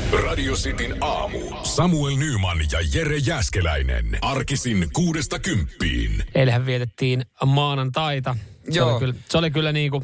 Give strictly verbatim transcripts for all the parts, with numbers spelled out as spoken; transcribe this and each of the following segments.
Radio Cityn aamu. Samuel Nyman ja Jere Jääskeläinen. Arkisin kuudesta kymppiin. Eilähän vietettiin maanantaita. Se Joo. oli kyllä, se oli kyllä niinku,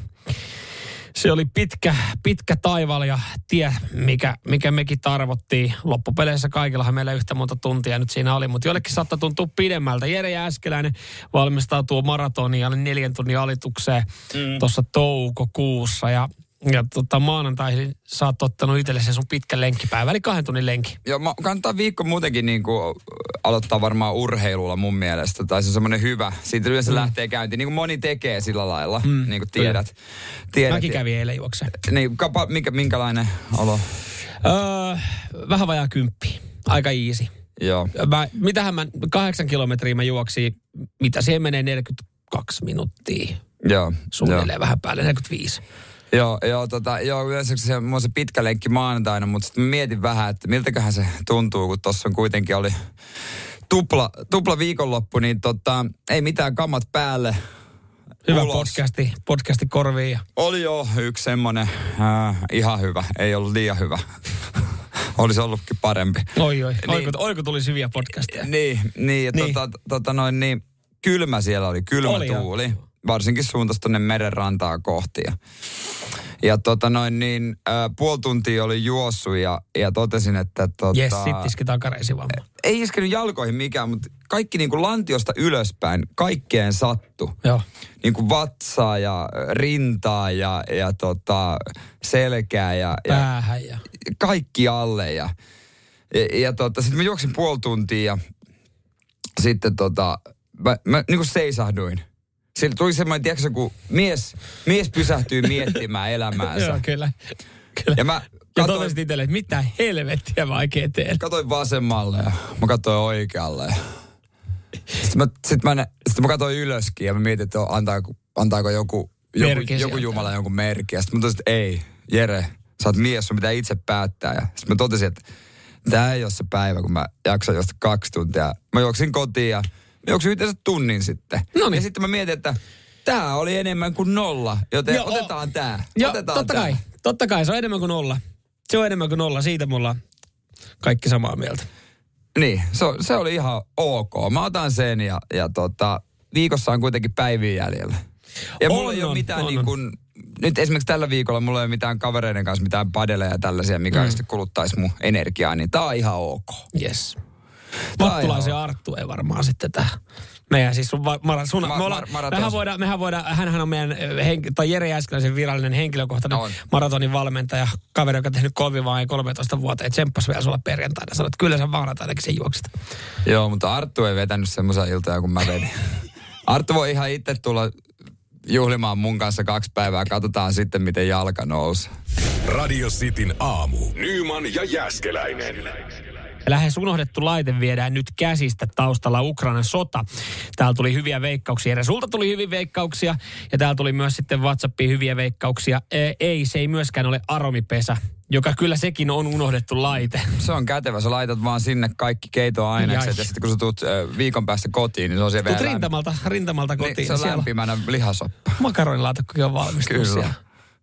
se oli pitkä, pitkä taival ja tie, mikä, mikä mekin tarvottiin. Loppupeleissä kaikillahan meillä yhtä monta tuntia nyt siinä oli, mutta jollekin saattaa tuntua pidemmältä. Jere Jääskeläinen valmistautuu maratoniin alle neljän tunnin alitukseen mm. tuossa toukokuussa ja Ja tota, maanantaihin sä oot ottanut itsellesi sun pitkän lenkkipäivän, eli kahden tunnin lenki. Joo, mä kannattaa viikko muutenkin niin kuin aloittaa varmaan urheilulla mun mielestä. Tai se on semmoinen hyvä. Siitä yleensä mm. lähtee käyntiin. Niin kuin moni tekee sillä lailla, mm. niin kuin tiedät. tiedät. Mäkin kävin eilen juokseen. Niin, kapa, minkä, minkälainen olo? Öö, vähän vajaa kymppi. Aika easy. Joo. Mä, mitähän mä, kahdeksan kilometriä mä juoksin, mitä siihen menee neljäkymmentäkaksi minuuttia. Joo. Suunnilleen jo. vähän päälle, neljäkymmentäviisi. Joo, joo, tota, joo yleensä se on se pitkä lenkki maanantaina, mutta sitten mietin vähän, että miltäköhän se tuntuu, kun tuossa on kuitenkin oli tupla, tupla viikonloppu, niin tota, ei mitään kamat päälle. Hyvä ulos. podcasti, podcasti korviin. Oli jo yksi semmoinen äh, ihan hyvä, ei ollut liian hyvä. Olisi ollutkin parempi. Oi, oi, niin, oiko, oiko tulisi hyviä podcasteja? Niin, niin, ja niin. Tota, tota noin, niin kylmä siellä oli, kylmä oli tuuli. Jo. Varsinkin suuntasi tuonne merenrantaa kohti. Ja, ja tota noin niin, äh, puoli tuntia oli juossut ja, ja totesin, että tota... Jes, sit iski takareisi vamma. Ei iskenyt jalkoihin mikään, mutta kaikki niin kuin lantiosta ylöspäin, kaikkeen sattu. Joo. Niin kuin vatsaa ja rintaa ja, ja tota, selkää ja... Päähän ja... Kaikki alle ja... Ja, ja tota, sitten mä juoksin puoli tuntia ja sitten tota... Mä, mä niin kuin seisahduin. Sillä tuli semmoinen, tiedätkö, kun mies, mies pysähtyy miettimään elämäänsä. Joo, kyllä. kyllä. Ja mä ja katoin, totesit itselle, että mitä helvettiä mä oikein teen. katoin vasemmalle ja mä katsoin oikealle. Sitten mä, sit mä, sit mä katsoin ylöskin ja mä mietin, että antaako, antaako joku, joku, joku Jumala jonkun merkki. Ja sitten mä totesin, että ei, Jere, sä oot mies, sun pitää itse päättää. Ja sitten mä totesin, että tää ei ole se päivä, kun mä jaksan josta kaksi tuntia. Mä juoksin kotiin ja mä juoksin yhteensä tunnin sitten. Noniin. Ja sitten mä mietin, että tää oli enemmän kuin nolla, joten Joo, otetaan tää. Joo, otetaan totta tää. kai. Totta kai, se on enemmän kuin nolla. Se on enemmän kuin nolla, siitä mulla on kaikki samaa mieltä. Niin, se, se oli ihan ok. Mä otan sen ja, ja tota, viikossa on kuitenkin päiviä jäljellä. Ja On, mulla ei ole on, mitään on, niin kuin, nyt esimerkiksi tällä viikolla mulla ei ole mitään kavereiden kanssa mitään padeleja ja tällaisia, mikä mm. sitten kuluttaisi mun energiaa, niin tää on ihan ok. Yes. Vattulaisen Arttu ei varmaan sitten tähän. Meidän siis sun, mara, sun Ma, me ollaan, mar, mehän voidaan, mehän voidaan, hänhän on meidän, henk, tai Jere Jääskeläisen virallinen henkilökohtainen on. maratonin valmentaja, kaveri, joka on tehnyt kolme vai kolmetoista vuotta, että tsemppas vielä sulla perjantaina. Sanoit, että kyllä sä maanantainakin sen juokset. Joo, mutta Arttu ei vetänyt semmoisia iltoja, kun mä vedin. Arttu voi ihan itse tulla juhlimaan mun kanssa kaksi päivää, katsotaan sitten, miten jalka nousi. Radio Cityn aamu. Nyman ja Jääskeläinen. Lähes unohdettu laite viedään nyt käsistä, taustalla Ukrainan sota. Täällä tuli hyviä veikkauksia. Ja sulta tuli hyviä veikkauksia. Ja täällä tuli myös sitten WhatsAppiin hyviä veikkauksia. E, ei, se ei myöskään ole aromipesä, joka kyllä sekin on unohdettu laite. Se on kätevä. Sä laitat vaan sinne kaikki keitoainekset. Jai. Ja sitten kun sä tuut äh, viikon päästä kotiin, niin se on siellä Tuut vielä rintamalta, rintamalta kotiin. Niin, se on siellä lämpimänä lihasoppa. Makaronilaatikkokin on valmistunut Kyllä. siellä.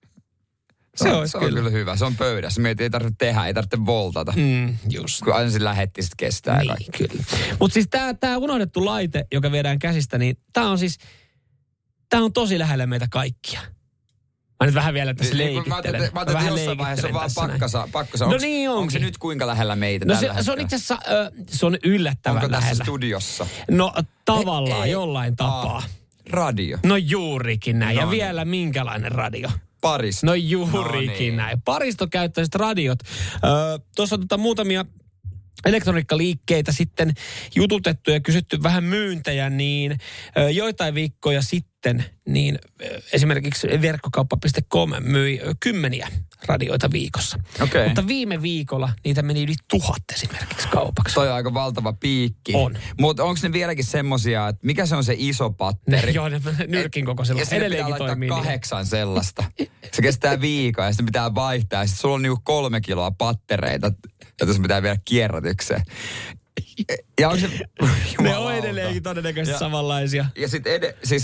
Se, se, on, se kyllä. on kyllä hyvä. Se on pöydässä. Mietin, ei tarvitse tehdä, ei tarvitse voltata. Mm, just. Kun aina se lähetti, sit kestää. Niin, kyllä. Mutta siis tää, tää unohdettu laite, joka viedään käsistä, niin tää on siis, tää on tosi lähellä meitä kaikkia. Mä nyt vähän vielä tässä niin, leikittelen. Mä ajattelin, että jossain vaiheessa on vaan pakkasa. pakkasa. No niin onkin. Onko se nyt kuinka lähellä meitä no tällä se, hetkellä? se on itse asiassa, äh, se on yllättävän Onko lähellä. tässä studiossa? No tavallaan, ei, jollain tapaa. Aa, radio. No juurikin näin. No, ja vielä minkälainen radio? Paristo. No juurikin no niin. näin. Paristokäyttöiset radiot. Öö, Tuossa on tota muutamia elektroniikkaliikkeitä sitten jututettu ja kysytty vähän myyntejä, niin ö, joitain viikkoja sitten, niin ö, esimerkiksi verkkokauppa piste com myi ö, kymmeniä radioita viikossa. Okay. Mutta viime viikolla niitä meni yli tuhat esimerkiksi kaupaksi. Toi on aika valtava piikki. On. Mutta onko ne vieläkin semmosia, että mikä se on se iso patteri? Ne, joo, ne nyrkin kokoisella. Ja sinne pitää laittaa kahdeksan sellaista. Se kestää viikon ja sitten pitää vaihtaa. Ja sitten sulla on niinku kolme kiloa pattereita, joita sun pitää vielä kierrätykseen. Ja on se... Ne on edelleenkin todennäköisesti ja, samanlaisia. Ja sitten ed- siis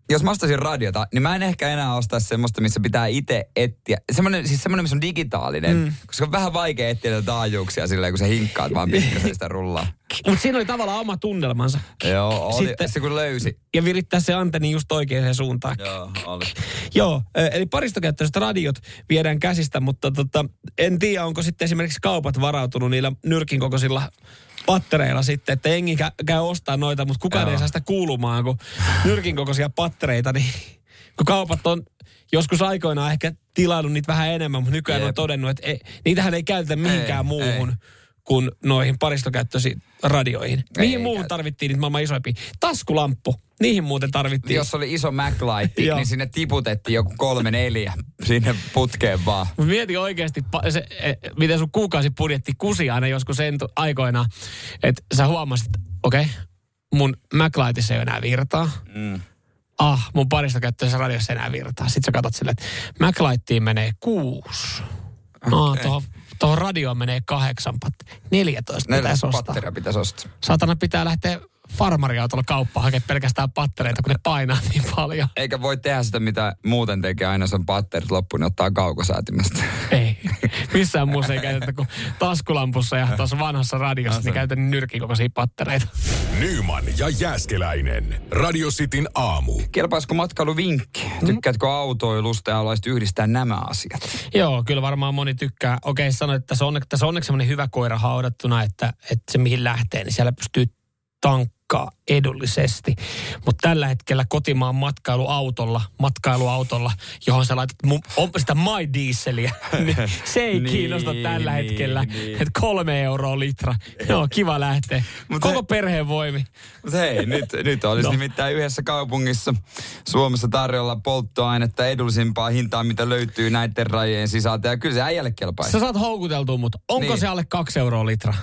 jos mä ostaisin radiota, niin mä en ehkä enää ostaisi semmoista, missä pitää itse etsiä. Semmoinen, siis semmoinen, missä on digitaalinen, mm. koska on vähän vaikea etsiä näitä taajuuksia silleen, kun sä hinkkaat vaan pikkasen sitä rullaa. Mutta siinä oli tavallaan oma tunnelmansa. Joo, oli. Sitten, se kun löysi. Ja virittää se antenni just oikeaan suuntaan. Joo, oli. Joo, eli paristokäyttöiset radiot viedään käsistä, mutta tota, en tiedä, onko sitten esimerkiksi kaupat varautunut niillä nyrkin kokoisilla pattereilla sitten, että jengi kä- käy ostaa noita, mutta kukaan Joo. ei saa sitä kuulumaan, kun nyrkin kokoisia pattereita, niin kun kaupat on joskus aikoinaan ehkä tilannut niitä vähän enemmän, mutta nykyään Jeep. on todennut, että ei, niitähän ei käytetä mihinkään ei, muuhun ei. kuin noihin paristokäyttöisiin radioihin. Mihin ei, muuhun ei. tarvittiin niitä maailman isoimpia? Taskulamppu. Niihin muuten tarvittiin. Jos oli iso MacLight, niin sinne tiputettiin joku kolme neljä sinne putkeen vaan. Mut mieti oikeasti, se, miten sun kuukausibudjetti kusi aina joskus sen aikoina, että sä huomasit, että okei, okay, mun MacLightissa ei ole enää virtaa. Mm. Ah, mun paristokäyttöisessä radiossa ei enää virtaa. Sitten sä katsot silleen, että MacLightiin menee kuusi. Okay. Ah, tohon, tohon radioon menee kahdeksan pat. neljätoista pitäisi ostaa. Patteria pitäisi ostaa. Saatana pitää lähteä farmariautolla kauppaan hakea pelkästään pattereita, kun ne painaa niin paljon. Eikä voi tehdä sitä, mitä muuten tekee aina, jos on patterit loppuun, niin ottaa kaukosäätimestä. Ei. Missään muussa ei käytetä kuin taskulampussa ja tuossa vanhassa radiossa, no, niin käytetään nyrkikokoisia pattereita. Nyman ja Jääskeläinen. Radio Cityn aamu. Kelpaisiko matkailuvinkki? Tykkäätkö autoilusta ja haluaisit yhdistää nämä asiat? Joo, kyllä varmaan moni tykkää. Okei, sanoit, että tässä on, tässä on onneksi sellainen hyvä koira haudattuna, että, että se mihin lähtee, niin siellä pystyy tankkaa edullisesti. Mutta tällä hetkellä kotimaan matkailuautolla, matkailuautolla, johon sä laitat mun, on sitä My Dieseliä, niin se ei niin, kiinnosta tällä niin, hetkellä. Niin. Että kolme euroa litra. Joo, kiva lähteä. Mut Koko he, perheen voimi. Mutta hei, nyt, nyt olisi no. nimittäin yhdessä kaupungissa Suomessa tarjolla polttoainetta edullisimpaa hintaa, mitä löytyy näiden rajojen sisältä. Ja kyllä se äijälle kelpaisi. Sä saat houkuteltua, mutta onko niin. se alle kaksi euroa litra?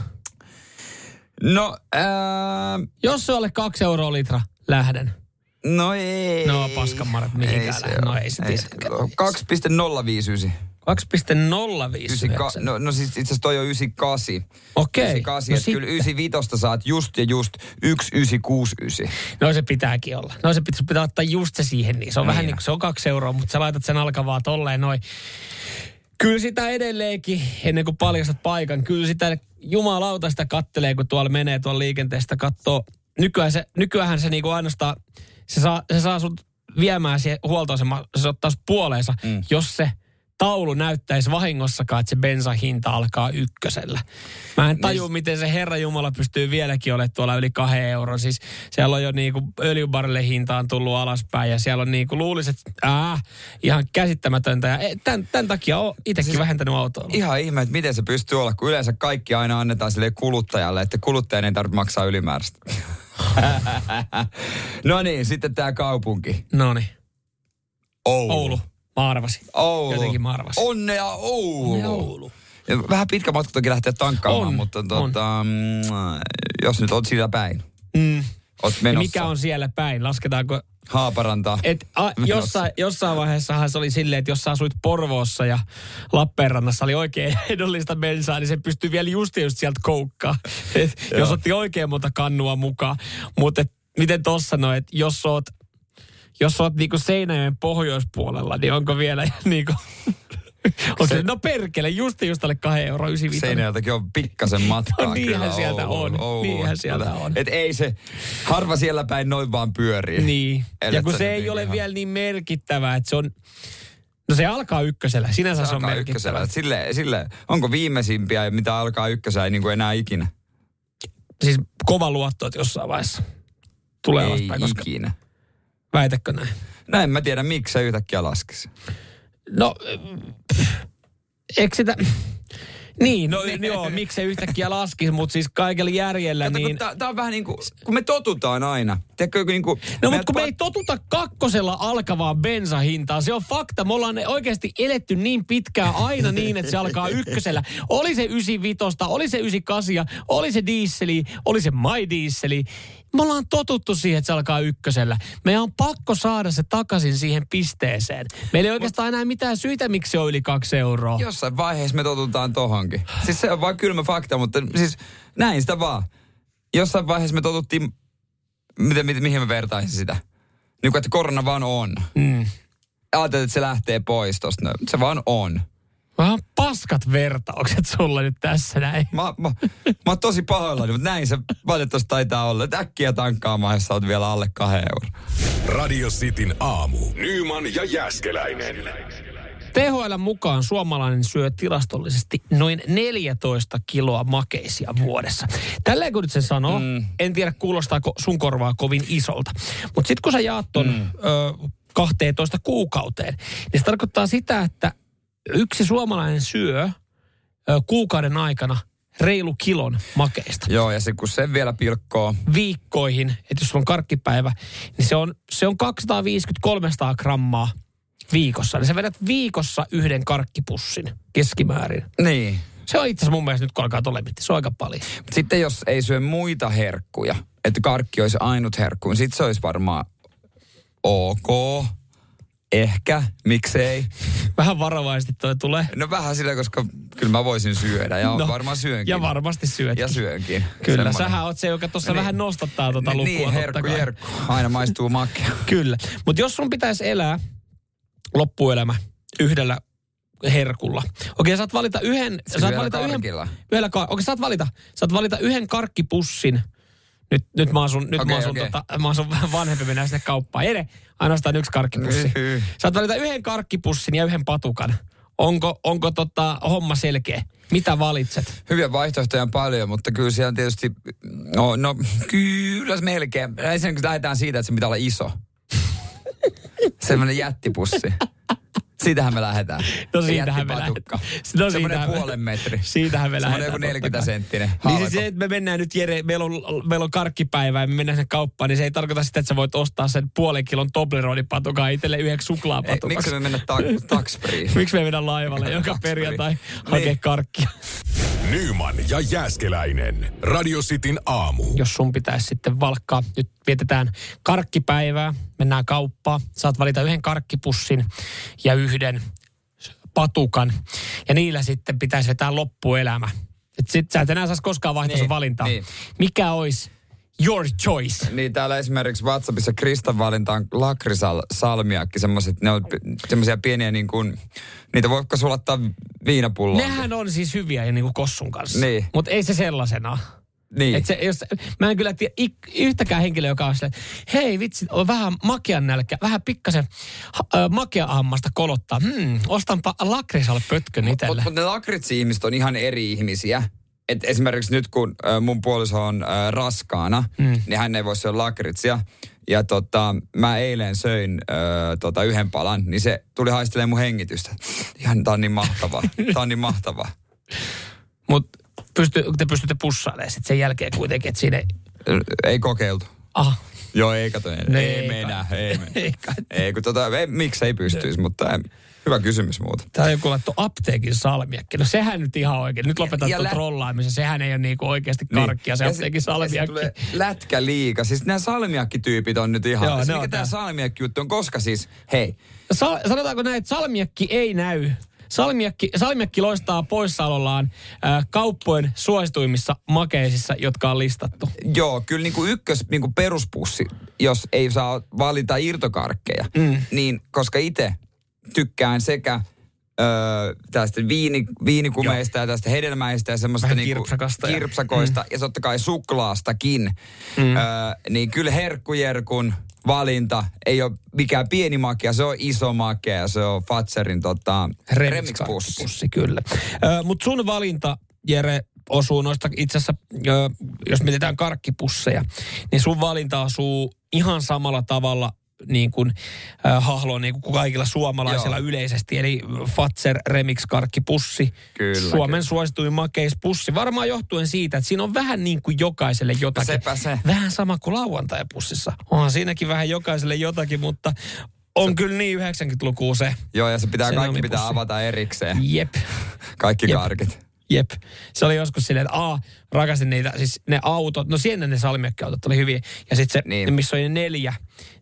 No, ää... Jos se ole kaksi euroa litra, lähden. No ei. No paskamarat, mihinkään lähden. No ei se tiedä. kaksi pilkku nolla viisikymmentäyhdeksän. kaksi pilkku nolla viisikymmentäyhdeksän. No, no siis itse asiassa toi on yhdeksänkymmentäkahdeksan. Okei. yhdeksänkymmentäkahdeksan, no että kyllä yhdeksänkymmentäviisi saat just ja just yksi pilkku yhdeksänsataakuusikymmentäyhdeksän. No se pitääkin olla. No se pitää, pitää ottaa just se siihen niin. Se on niin. vähän niin kuin se on kaksi euroa, mutta sä laitat sen alkavaa tolleen noin. Kyllä sitä edelleenkin, ennen kuin paljastat paikan, kyllä sitä jumalauta sitä kattelee, kun tuolla menee tuolla liikenteestä kattoo. Nykyään se, nykyään se niinku ainoastaan, se saa, se saa sut viemään siihen huoltoasemaan, se ottaa puoleensa, mm. jos se taulu näyttäisi vahingossakaan, että se bensan hinta alkaa ykkösellä. Mä en taju, niin. miten se Herra Jumala pystyy vieläkin olemaan tuolla yli kahden euron. Siis siellä on jo niinku öljybarrelle hintaan tullut alaspäin ja siellä on niinku luuliset, äh, ihan käsittämätöntä. Ja tämän, tämän takia olen itsekin siis vähentänyt autoilua. Ihan ihme, että miten se pystyy olla, kun yleensä kaikki aina annetaan sille kuluttajalle, että kuluttajan ei tarvitse maksaa ylimääräistä. No niin, sitten tämä kaupunki. No niin. Oulu. Oulu. Mä arvasin. Oulu. Jotenkin mä arvasin. Onnea Oulu. Onnea Oulu. Ja vähän pitkä matka toki lähteä tankkaamaan, on, mutta tuota, jos nyt oot siellä päin. Mm. Oot menossa. Mikä on siellä päin? Lasketaanko? Haaparanta. Et, a, jossain, jossain vaiheessahan se oli silleen, että jos sä asuit Porvoossa ja Lappeenrannassa oli oikein edullista bensaa, niin se pystyy vielä just just sieltä koukkaan. Jos otti oikein monta kannua mukaan. Mutta miten tossa no, että jos oot Jos oot niinku Seinäjoen pohjoispuolella, niin onko vielä niinku... Onko se, no perkele, just just alle kahden euroa yhdeksänkymmentäviisi. Seinäjoeltakin on pikkasen matkaa. No niinhän kyllä, sieltä Oulu, on. Oulu, niinhän sieltä on. Et ei se, harva siellä päin noin vaan pyörii. Niin. Ja kun se ei ole ihan vielä niin merkittävää, että se on... No se alkaa ykkösellä, sinänsä se, se on merkittävää. Sille, sille, onko viimeisimpiä, mitä alkaa ykkösellä, ei niin kuin enää ikinä? Siis kova luotto, että jossain vaiheessa tulee ei alaspäin. Koska... ikinä. Väitätkö näin? No en mä tiedä, miksi se yhtäkkiä laskisi. No, eikö sitä... Niin, no joo, miksi se yhtäkkiä laskisi, mutta siis kaikella järjellä Kato, niin... Tämä on vähän niin kuin, kun me totutaan aina. Tiedätkö, niin kuin... No mutta kun me ei totuta kakkosella alkavaa bensahintaa, se on fakta. Me ollaan oikeasti eletty niin pitkään aina niin, että se alkaa ykkösellä. Oli se yhdeksänkymmentäviisi, oli se yhdeksänkymmentäkahdeksan, oli se dieseli, oli se My Dieseli. Me ollaan totuttu siihen, että se alkaa ykkösellä. Meidän on pakko saada se takaisin siihen pisteeseen. Meillä ei oikeastaan enää mitään syitä, miksi se on yli kaksi euroa. Jossain vaiheessa me totutaan tohonkin. Siis se on vaan kylmä fakta, mutta siis näin sitä vaan. Jossain vaiheessa me totuttiin, miten, miten, mihin me vertaisin sitä? Niin kuin, että korona vaan on. Mm. Ajatellaan, että se lähtee pois tosta. No, se vaan on. Vähän paskat vertaukset sulla nyt tässä näin. Mä, mä, mä oon tosi pahoillani, mutta näin se valitettavasti taitaa olla. Et äkkiä tankkaamaan, jos sä oot vielä alle kahden euron. Radio Cityn aamu. Nyman ja Jääskeläinen. T H L mukaan suomalainen syö tilastollisesti noin neljätoista kiloa makeisia vuodessa. Tälleen kun nyt sen sanoo, mm. en tiedä kuulostaako sun korvaa kovin isolta. Mutta sitten kun sä jaat ton mm. ö, kahteentoista kuukauteen, niin se tarkoittaa sitä, että yksi suomalainen syö ö, kuukauden aikana reilu kilon makeista. Joo, ja se, kun sen vielä pilkkoo viikkoihin, että jos sulla on karkkipäivä, niin se on, se on kaksisataaviisikymmentä kolmesataa grammaa viikossa. Niin sä vedät viikossa yhden karkkipussin keskimäärin. Niin. Se on itse asiassa mun mielestä nyt, kun alkaa tuolle mitti. Se on aika paljon. Sitten jos ei syö muita herkkuja, että karkki olisi ainut herkku, niin sitten se olisi varmaan ok. Ehkä, miksei. Vähän varovaisesti toi tulee. No vähän sillä, koska kyllä mä voisin syödä ja no, varmaan syönkin. Ja varmasti syöt. Ja syönkin. Kyllä, semmoinen. Sähän oot se, joka tuossa niin, vähän nostattaa tuota lukua. Niin, herkku, herkku. Aina maistuu makea. Kyllä, mutta jos sun pitäisi elää loppuelämä yhdellä herkulla. Okei, saat valita yhden... Saat valita yhden, yhdellä, okei, saat valita. Saat valita yhden karkkipussin. Nyt, nyt mä asun, nyt okay, mä asun, okay. tota, mä asun vanhempi, mennään sinne kauppaan. Ei ne, ainoastaan yksi karkkipussi. Saat valita yhden karkkipussin ja yhden patukan. Onko, onko tota homma selkeä? Mitä valitset? Hyviä vaihtoehtoja on paljon, mutta kyllä siellä on tietysti... No, no kyllä melkein. Ensin kun lähdetään siitä, että se pitää olla iso. Semmoinen jättipussi. Siitähän me lähdetään. No siitähän me lähdetään. No, semmoinen puolen metri. Siitähän me lähdetään. Semmoinen joku neljäkymmentä senttinen. Niin siis se, että me mennään nyt, Jere, meillä on, meillä on karkkipäivä ja me mennään sen kauppaan, niin se ei tarkoita sitä, että sä voit ostaa sen puolen kilon Toblerone-patukan itselle yhdeksi suklaapatukaksi. Miksi me mennään ta- tax-free? Miksi me mennään laivalle joka perjantai hakee niin. karkkia? Nyman ja Jääskeläinen. Radio Cityn aamu. Jos sun pitäisi sitten valkkaa, nyt vietetään karkkipäivää, mennään kauppaan, saat valita yhden karkkipussin ja yhden patukan. Ja niillä sitten pitäisi vetää loppuelämä. Että sit sä et enää saisi koskaan vaihtaa niin, sun valintaa. Niin. Mikä olisi your choice? Niin täällä esimerkiksi WhatsAppissa Kristan valinta on lakrisal salmiakki. Semmoiset, ne on semmoisia pieniä niin kuin, niitä voiko sulattaa viinapulloon? Nehän on siis hyviä ja niin kuin kossun kanssa. Niin. Mutta ei se sellaisena. Niin. Et se, jos, mä en kyllä tiedä yhtäkään henkilöä, joka on silleen, hei vitsi, on vähän makean nälkä, vähän pikkasen äh, makea-ammasta kolottaa. Hmm, ostanpa lakrisalle pötkön itselle. Mutta ne lakritsi-ihmiset on ihan eri ihmisiä. Et esimerkiksi nyt kun äh, mun puoliso on äh, raskaana, mm. niin hän ei voi syödä lakritsia. Ja tota, mä eilen söin äh, tota yhden palan, niin se tuli haistelemaan mun hengitystä. Ihan, tää on niin mahtavaa. Tää on niin mahtavaa. Mut Pysty, te pystytte pussailemaan sitten sen jälkeen kuitenkin, että siinä ei... Ei kokeiltu. Aha. Joo, ei kato. Ei, ei mennä, ei mennä. ei, ei, kun tota, ei, miksi ei pystyisi, mutta ei, hyvä kysymys muuta. Tämä on joku laittu apteekin salmiakki. No sehän nyt ihan oikein. Nyt lopetan tuon lä- trollaamisen. Sehän ei ole niinku oikeasti karkkia, niin. se apteekin salmiakki. Ja tulee lätkä liika. Siis nämä salmiakkityypit on nyt ihan... Joo, siis mikä tämä salmiakki-juttu on? Koska siis, hei. Sa- sanotaanko näin, että salmiakki ei näy... Salmiakki, salmiakki loistaa poissaolollaan äh, kauppojen suosituimmissa makeisissa, jotka on listattu. Joo, kyllä niin kuin ykkös niin kuin peruspussi, jos ei saa valita irtokarkkeja. Mm. Niin, koska itse tykkään sekä öö, tästä viini, viinikumeista Joo. ja tästä hedelmäistä ja semmoista niin kuin kirpsakoista mm. ja totta kai suklaastakin. Mm. Öö, niin kyllä herkkujerkun valinta ei ole mikään pieni makea, se on iso makea, se on Fatserin tota, remix-pussi. Kyllä. Ö, Mutta sun valinta, Jere, osuu noista itse asiassa, ö, jos mietitään karkkipusseja, niin sun valinta osuu ihan samalla tavalla niin kuin äh, hahloon niin kuin kaikilla suomalaisilla Joo. yleisesti. Eli Fatser Remix-karkkipussi. Kyllä, Suomen kyllä. suosituin makeispussi. Varmaan johtuen siitä, että siinä on vähän niin kuin jokaiselle jotakin. Sepä se. Vähän sama kuin lauantai-pussissa. Onhan siinäkin vähän jokaiselle jotakin, mutta on se, kyllä niin yhdeksänkymmentälukua se. Joo, ja se pitää, kaikki pitää avata erikseen. Jep. Kaikki Jep. karkit. Jep. Se oli joskus silleen, että a, rakasin niitä, siis ne autot, no siinä ne salmiakkiautot oli hyviä. Ja sitten se, niin. missä oli ne neljä,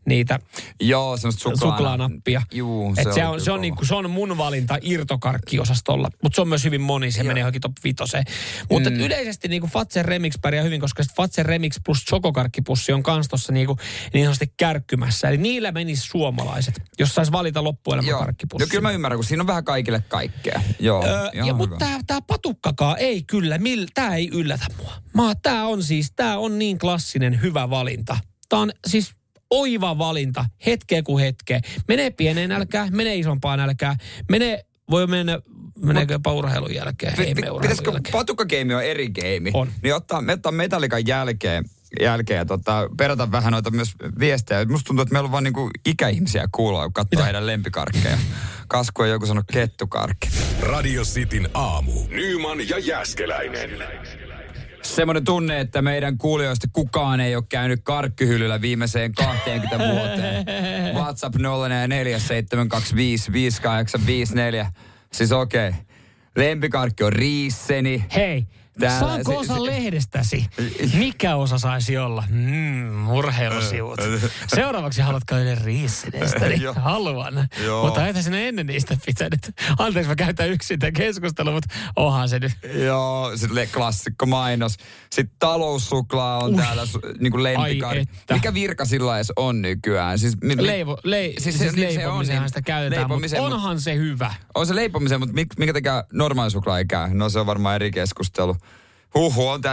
niitä Joo, semmoista suklaana. suklaanappia. Juu, se, se, on, on, se, on niinku, se on mun valinta irtokarkkiosastolla, mutta se on myös hyvin moni, se Joo. menee johonkin top vitoseen. Mutta mm. yleisesti niinku Fazer Remix pärjää hyvin, koska Fazer Remix plus chokokarkkipussi on kans tossa niinku niin sanotusti kärkkymässä. Eli niillä menisi suomalaiset, jos sais valita loppuelämän karkkipussi. Joo, kyllä mä ymmärrän, kun siinä on vähän kaikille kaikkea. Joo, öö, ja mutta tää, tää patukkakaan ei kyllä, mill, tää ei yllätä mua. Mä, tää on siis, tää on niin klassinen hyvä valinta. Tää on siis oiva valinta, hetkeä kuin hetkeä. Menee pieneen nälkää, menee isompaan nälkää, menee, voi mennä, meneekö jopa urheilun jälkeen, ei mene urheilun pitäisikö jälkeen. patukkageimi on eri game? On. Niin ottaa, me ottaa Metallican jälkeen, jälkeen ja tota, perata vähän noita myös viestejä. Musta tuntuu, että meillä on vaan niinku ikäihmisiä kuulla, kun katsoo heidän lempikarkkeja. Kasku on joku sanonut kettukarkki. Radio Cityn aamu. Nyman ja Jääskeläinen. Semmoinen tunne, että meidän kuulijoista kukaan ei ole käynyt karkkihyllyllä viimeiseen kaksikymmentä vuoteen. WhatsApp nolla neljä seitsemän kaksi viisi viisi kahdeksan viisi neljä. Siis okei. Okay. Lempikarkki on riisseni. Hei, täällä, saanko se, osa se, lehdestäsi? Mikä osa saisi olla? Mm, urheilusivut. Seuraavaksi haluatko yhden riissineistä? Niin haluan. Joo. Mutta eitä sinne ennen niistä pitänyt. Anteeksi, mä käytän yksin tämän keskustelun, mutta onhan se nyt. Joo, sitten klassikko mainos. Sitten taloussuklaa on Uih. täällä niin kuin lempikarkki. Mikä virka sillä edes on nykyään? Siis, mi, Leivo, lei, siis, siis leipomiseenhan sitä käytetään, mutta onhan mut, se hyvä. On se leipomiseen, mutta minkä takia normaali suklaa ei käy? No se on varmaan eri keskustelu. Huhu, on tää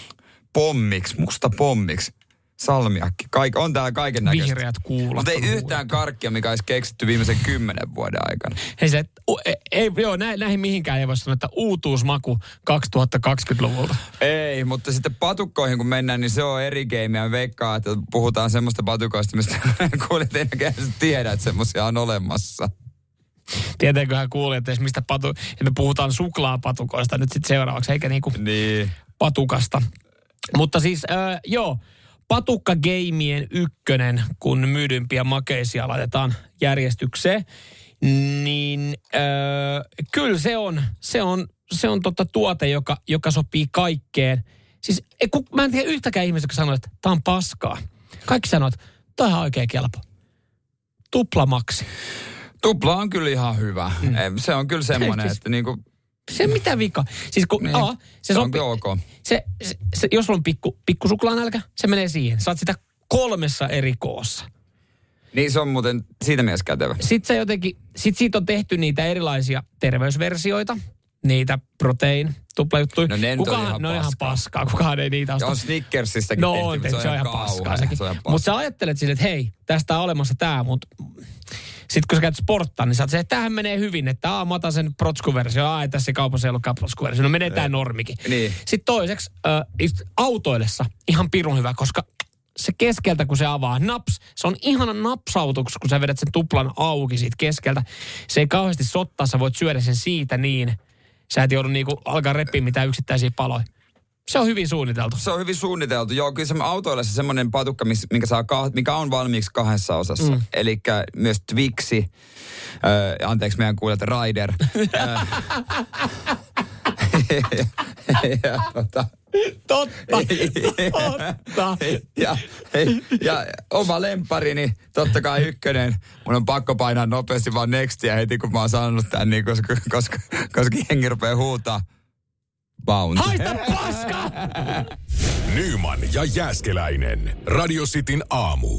pommiksi, musta pommiksi. Salmiakki. Kaik, on täällä kaiken näköistä. Vihreät kuulat. Mutta ei yhtään karkkia, mikä olisi keksitty viimeisen kymmenen vuoden aikana. Hei se, ei, joo, nä, näihin mihinkään ei voi sanoa, että uutuusmaku kaksituhattakaksikymmentäluvulta. Ei, mutta sitten patukkoihin kun mennään, niin se on eri game. Ja veikkaa, että puhutaan semmoista patukoista, mistä kuulijat ei tiedä, että semmoisia on olemassa. Tietenköhän kuulijat edes mistä patu... Ja me puhutaan suklaapatukoista nyt sitten seuraavaksi, eikä niinku niin. patukasta. Mutta siis, äh, joo, patukkageimien ykkönen, kun myydympiä makeisia laitetaan järjestykseen, niin äh, kyllä se on, se on, se on totta tuote, joka, joka sopii kaikkeen. Siis kun, mä en tiedä yhtäkään ihmistä, joka sanoo, että tää on paskaa. Kaikki sanoo, että tää on ihan oikein kelpo. Tuplamaksi. Tupla on kyllä ihan hyvä. Mm. Se on kyllä semmoinen, siis, että niinku... Se on mitä vika. Siis kun, niin, aa, se, se on kyllä ok. Se, se, se, jos sulla on pikku, pikku suklaanälkä, se menee siihen. Saat sitä kolmessa eri koossa. Niin se on muuten siitä mielessä kätevä. Sitten se jotenkin, sit siitä on tehty niitä erilaisia terveysversioita. Niitä protein, tuplajuttuja. No ne kukaan, on ihan ne on paskaa. ihan paskaa. Kukaan ei niitä osta. Ja on Snickersistäkin no, tehty, mutta se on, se on ihan paskaa sekin. Mutta sä ajattelet sille, että hei, tästä on olemassa tää, mutta sitten kun sä käyt sporttaan, niin sä oot se, että tämähän menee hyvin, että aah, mä otan sen protskuversio, aah, tässä kaupassa ei ollutkaan protskuversio, no menee tää normikin. Niin. Sitten toiseksi äh, autoillessa ihan pirun hyvä, koska se keskeltä, kun se avaa naps, se on ihana napsautus, kun sä vedät sen tuplan auki siitä keskeltä. Se ei kauheasti sottaa, sä voit syödä sen siitä niin. Sä et joudu niinku alkaa repiä mitään yksittäisiä paloja. Se on hyvin suunniteltu. Se on hyvin suunniteltu. Joo, kyllä se autoilla se semmoinen patukka, mikä, saa, mikä on valmiiksi kahdessa osassa. Mm. Eli myös Twixi, äh, anteeksi meidän kuulijat, Rider. ja, tota, Totta, totta. ja, ja oma lemparini, totta kai ykkönen. Mun on pakko painaa nopeasti vaan nextia heti, kun mä oon sanonut tän, niin koska, koska, koska jengi rupeaa huutaa. Bounty. Haista paska! Nyman ja Jääskeläinen. Radio Cityn aamu.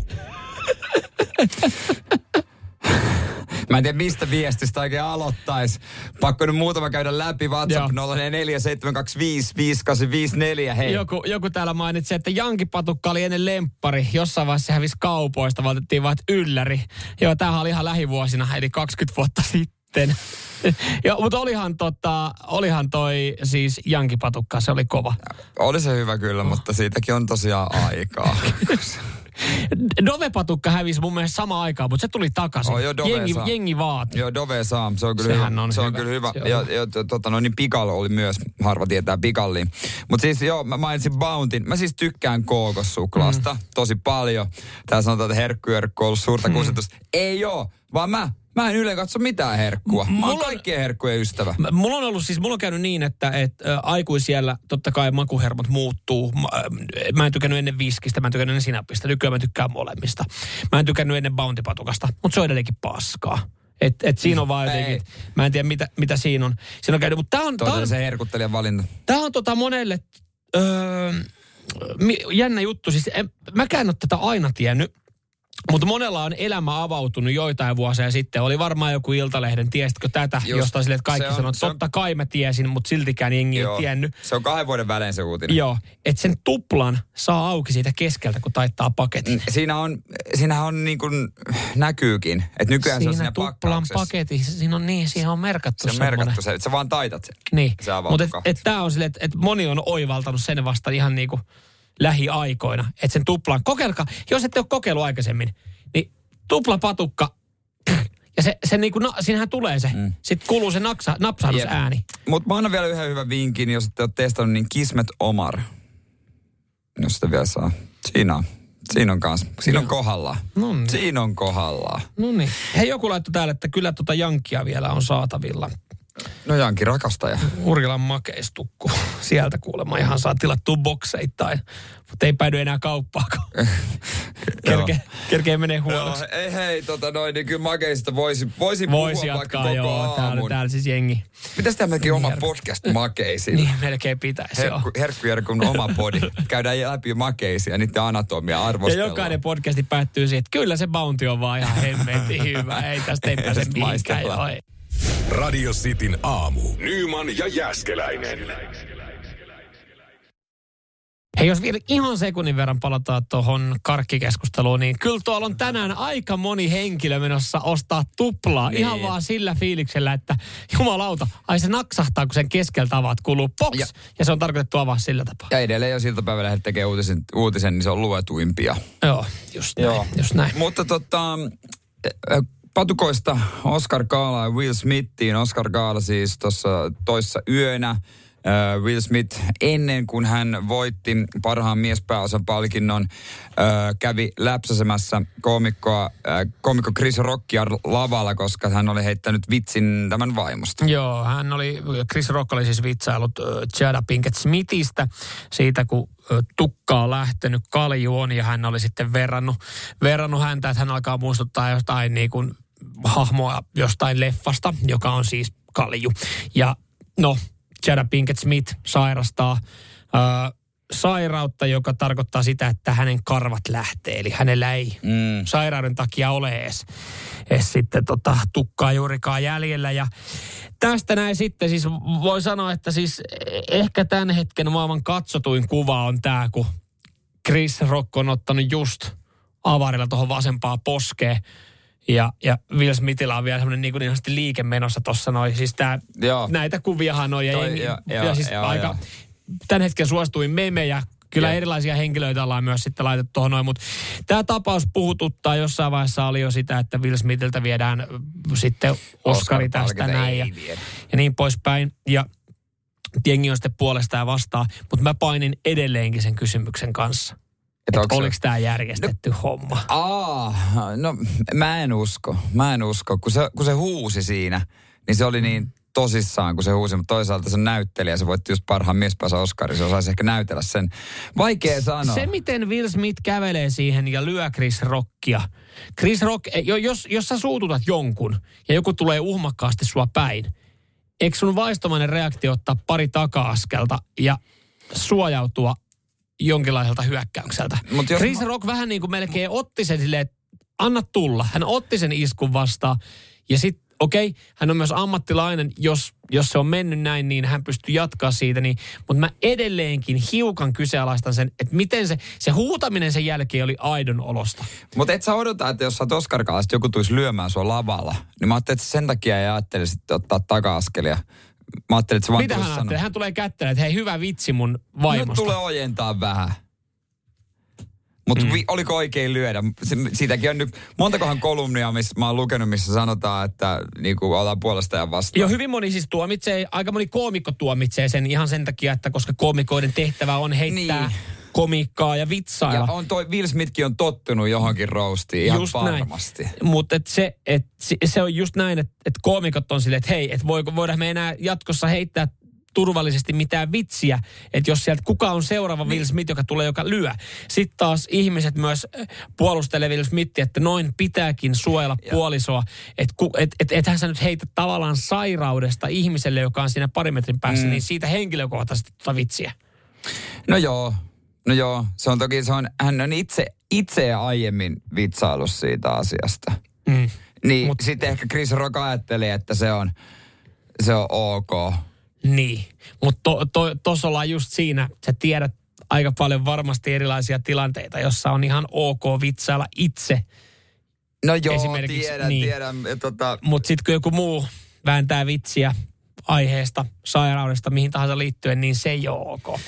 Mä en tiedä, mistä viestistä oikein aloittaisi. Pakko nyt muutama käydä läpi. WhatsApp nolla neljä seitsemän kaksi viisi viisi kahdeksan viisi neljä. Hei. Joku, joku täällä mainitsi, että jankipatukka oli ennen lemppari. Jossain vaiheessa se hävisi kaupoista, valtettiin vaan, että ylläri. Joo, tämähän oli ihan lähivuosina, eli kaksikymmentä vuotta sitten. Joo, mutta olihan, tota, olihan toi siis jankipatukka, se oli kova. Oli se hyvä kyllä, oh. mutta siitäkin on tosiaan aikaa. Dove-patukka hävisi mun mielestä samaan aikaan, mutta se tuli takaisin. Oh, joo, jengi, jengi vaati. Joo, Dove saa. Se on kyllä Sehän hyvä. On se hyvä. on kyllä hyvä. On ja, hyvä. ja tota, no niin Pikal oli myös, harva tietää Pikalliin. Mutta siis joo, mä mainitsin Bountyn. Mä siis tykkään kookossuklaasta mm. tosi paljon. Tää sanotaan, että herkkujerkku on ollut suurta mm. kusetusta. Ei oo, vaan mä Mä en yleensä katso mitään herkkua. Mä oon kaikkien herkkujen ystävä. Mulla on ollut siis, mulla on käynyt niin, että et, ä, aikuisiellä totta kai makuhermot muuttuu. Mä, mä en tykännyt ennen viskistä, mä en tykännyt ennen sinapista. Nykyään mä tykkään molemmista. Mä en tykännyt ennen Bounty-patukasta, mutta se on edelleenkin paskaa. Et, et siinä on vaan jotenkin, mä en tiedä mitä, mitä siinä on. Siinä on käynyt, mutta tää on... Todella se herkuttelijan valinta. Tää on tota monelle öö, jännä juttu. Siis en, mäkään en ole tätä aina tiennyt. Mutta monella on elämä avautunut joitain vuosia sitten. Oli varmaan joku Iltalehden, tiesitkö tätä, just, josta silleen, että kaikki sanoo, että totta kai mä tiesin, mutta siltikään jengi ei tiennyt. Se on kahden vuoden välein se uutinen. Joo, että sen tuplan saa auki siitä keskeltä, kun taittaa paketin. Siinä on, siinähän on niin kuin näkyykin, että nykyään siinä se on siinä tuplan paketissa, siinä on niin, siihen on merkattu se on semmoinen. merkattu se, että sä vaan taitat sen. Niin, mutta että et tää on silleen, että et moni on oivaltanut sen vasta ihan niin kuin lähiaikoina, että sen tuplan, kokeilkaa, jos ette ole kokeillut aikaisemmin, niin tuplapatukka, ja se, se niinku, no, siinähän tulee se. Mm. Sitten kuuluu se naksa, napsahdusääni. Mutta mä annan vielä yhden hyvän vinkin, jos ette ole testannut, niin Kismet Omar. Jos sitä vielä saa. Siinä on. Siinä on kanssa. Siinä on kohdallaan. Noniin. Siinä on kohdallaan. No niin. Hei, joku laittoi täällä, että kyllä tuota Jankkia vielä on saatavilla. No Jankki, rakastaja. Urilan makeistukku. Sieltä kuulemma ihan saa tilattua bokseittain. Mutta ei päädy enää kauppaan, kun kerkee, kerkee menee huonoksi. Joo, ei hei, tota noin, niin kyllä makeista voisi, voisi Voisi puhua jatkaa, vaikka koko joo, aamun. Täällä, täällä siis jengi. Pitäisi tehdä melkein oma podcast makeisilla. Niin, melkein pitäisi, Herkku, joo. Herkkujärkun oma podi. Käydään läpi makeisia, niiden anatomia arvostellaan. Ja jokainen podcasti päättyy siihen, että kyllä se Bounty on vaan ihan hemmetin hyvä. Ei tästä ei pääse mihinkään. Radio Cityn aamu. Nyman ja Jääskeläinen. Hei, jos vielä ihan sekunnin verran palataan tuohon karkkikeskusteluun, niin kyllä tuolla on tänään aika moni henkilö menossa ostaa tuplaa. Niin. Ihan vaan sillä fiiliksellä, että jumalauta, ai se naksahtaa, kun sen keskeltä avaat, kuuluu box, ja, ja se on tarkoitettu avaa sillä tapaa. Ja edelleen jos iltapäivällä tekee uutisen, uutisen, niin se on luetuimpia. Joo, just näin. Joo. Just näin. Mutta tota... Patukoista Oscar Gaala ja Will Smithiin. Oscar Gaala siis tuossa toissa yönä. Uh, Will Smith ennen kuin hän voitti parhaan miespääosan palkinnon, uh, kävi läpsäsemässä koomikkoa, uh, koomikko Chris Rockia lavalla, koska hän oli heittänyt vitsin tämän vaimosta. Joo, hän oli, Chris Rock oli siis vitsailut uh, Jada Pinkett Smithistä siitä, kun uh, tukka on lähtenyt kaljuun ja hän oli sitten verrannut, verrannut häntä, että hän alkaa muistuttaa jostain niin kuin hahmoa jostain leffasta, joka on siis kalju. Ja no, Jada Pinkett Smith sairastaa äh, sairautta, joka tarkoittaa sitä, että hänen karvat lähtee. Eli hänellä ei mm. sairauden takia ole edes, edes sitten tota, tukkaa juurikaan jäljellä. Ja tästä näin sitten siis voi sanoa, että siis ehkä tämän hetken maailman katsotuin kuva on tämä, kun Chris Rock on ottanut just avarilla tuohon vasempaan poskeen. Ja, ja Will Smithillä on vielä semmoinen niin kuin ihan liike menossa tuossa noin. Siis tää, näitä kuviahan on. Ja, Toi, ja, ja, ja siis ja, aika ja. Tämän hetken suosituin meme ja kyllä ja. erilaisia henkilöitä ollaan myös sitten laitettu tuohon noin. Mutta tämä tapaus puhututtaa. Jossain vaiheessa oli jo sitä, että Will Smithiltä viedään sitten Oscari tästä näin. Ja, ja niin poispäin. Ja jengi on sitten puolesta ja vastaan. Mutta mä painin edelleenkin sen kysymyksen kanssa. Että et oliko tämä järjestetty no, homma? Aa, no mä en usko. Mä en usko. Kun se, kun se huusi siinä, niin se oli niin tosissaan, kun se huusi. Mutta toisaalta se näyttelijä, se voitti just parhaan miespäänsä Oscarin. Se osaisi ehkä näytellä sen. Vaikea sanoa. Se, miten Will Smith kävelee siihen ja lyö Chris Rockia. Chris Rock, jos, jos sä suututat jonkun ja joku tulee uhmakkaasti sua päin, eikö sun vaistomainen reaktio ottaa pari taka-askelta ja suojautua jonkinlaiselta hyökkäykseltä. Chris Rock vähän niin kuin melkein otti sen silleen, että anna tulla. Hän otti sen iskun vastaan ja sitten okei, okay, hän on myös ammattilainen, jos, jos se on mennyt näin, niin hän pystyy jatkaa siitä. Niin, mutta mä edelleenkin hiukan kyseenalaistan sen, että miten se, se huutaminen sen jälkeen oli aidon olosta. Mutta et sä odota, että jos sä oot Oscar Gaalasta, joku tulisi lyömään sua lavalla, niin mä ajattelin, että sen takia ei ajattelisit ottaa taka-askelia. Mä ajattelin, että se vaan mitä hän ajattelee? Hän tulee kättelemään, että hei, hyvä vitsi mun vaimosta. No tulee ojentaa vähän. Mutta mm. oliko oikein lyödä? Siitäkin on nyt, montakohan kolumnia, missä mä oon lukenut, missä sanotaan, että niinku ollaan puolesta ja vastaan. Joo, hyvin moni siis tuomitsee, aika moni koomikko tuomitsee sen ihan sen takia, että koska koomikoiden tehtävä on heittää niin. komiikkaa ja vitsailla. Ja on toi Will Smithkin on tottunut johonkin roastiin ihan just varmasti. Mutta et se, et, se on just näin, että et koomikot on silleen, että hei, että voidaan me enää jatkossa heittää turvallisesti mitään vitsiä, että jos sieltä kuka on seuraava Will Smith, joka tulee, joka lyö. Sitten taas ihmiset myös puolustelee Will Smithia, että noin pitääkin suojella ja puolisoa, että et, et, ethän sä nyt heitä tavallaan sairaudesta ihmiselle, joka on siinä parin metrin päässä, mm. niin siitä henkilökohtaisesti tuota vitsiä. No joo, no joo, se on toki, se on, hän on itse, itse aiemmin vitsaillut siitä asiasta. Mm. Niin Mut, sitten ehkä Chris Rock ajatteli, että se on, se on ok. Niin, mutta to, to, tuossa ollaan just siinä, sä tiedät aika paljon varmasti erilaisia tilanteita, jossa on ihan ok vitsailla itse. No joo, tiedän, niin. tiedän. Tota... Mutta sitten kun joku muu vääntää vitsiä aiheesta, sairaudesta, mihin tahansa liittyen, niin se ei ole ok.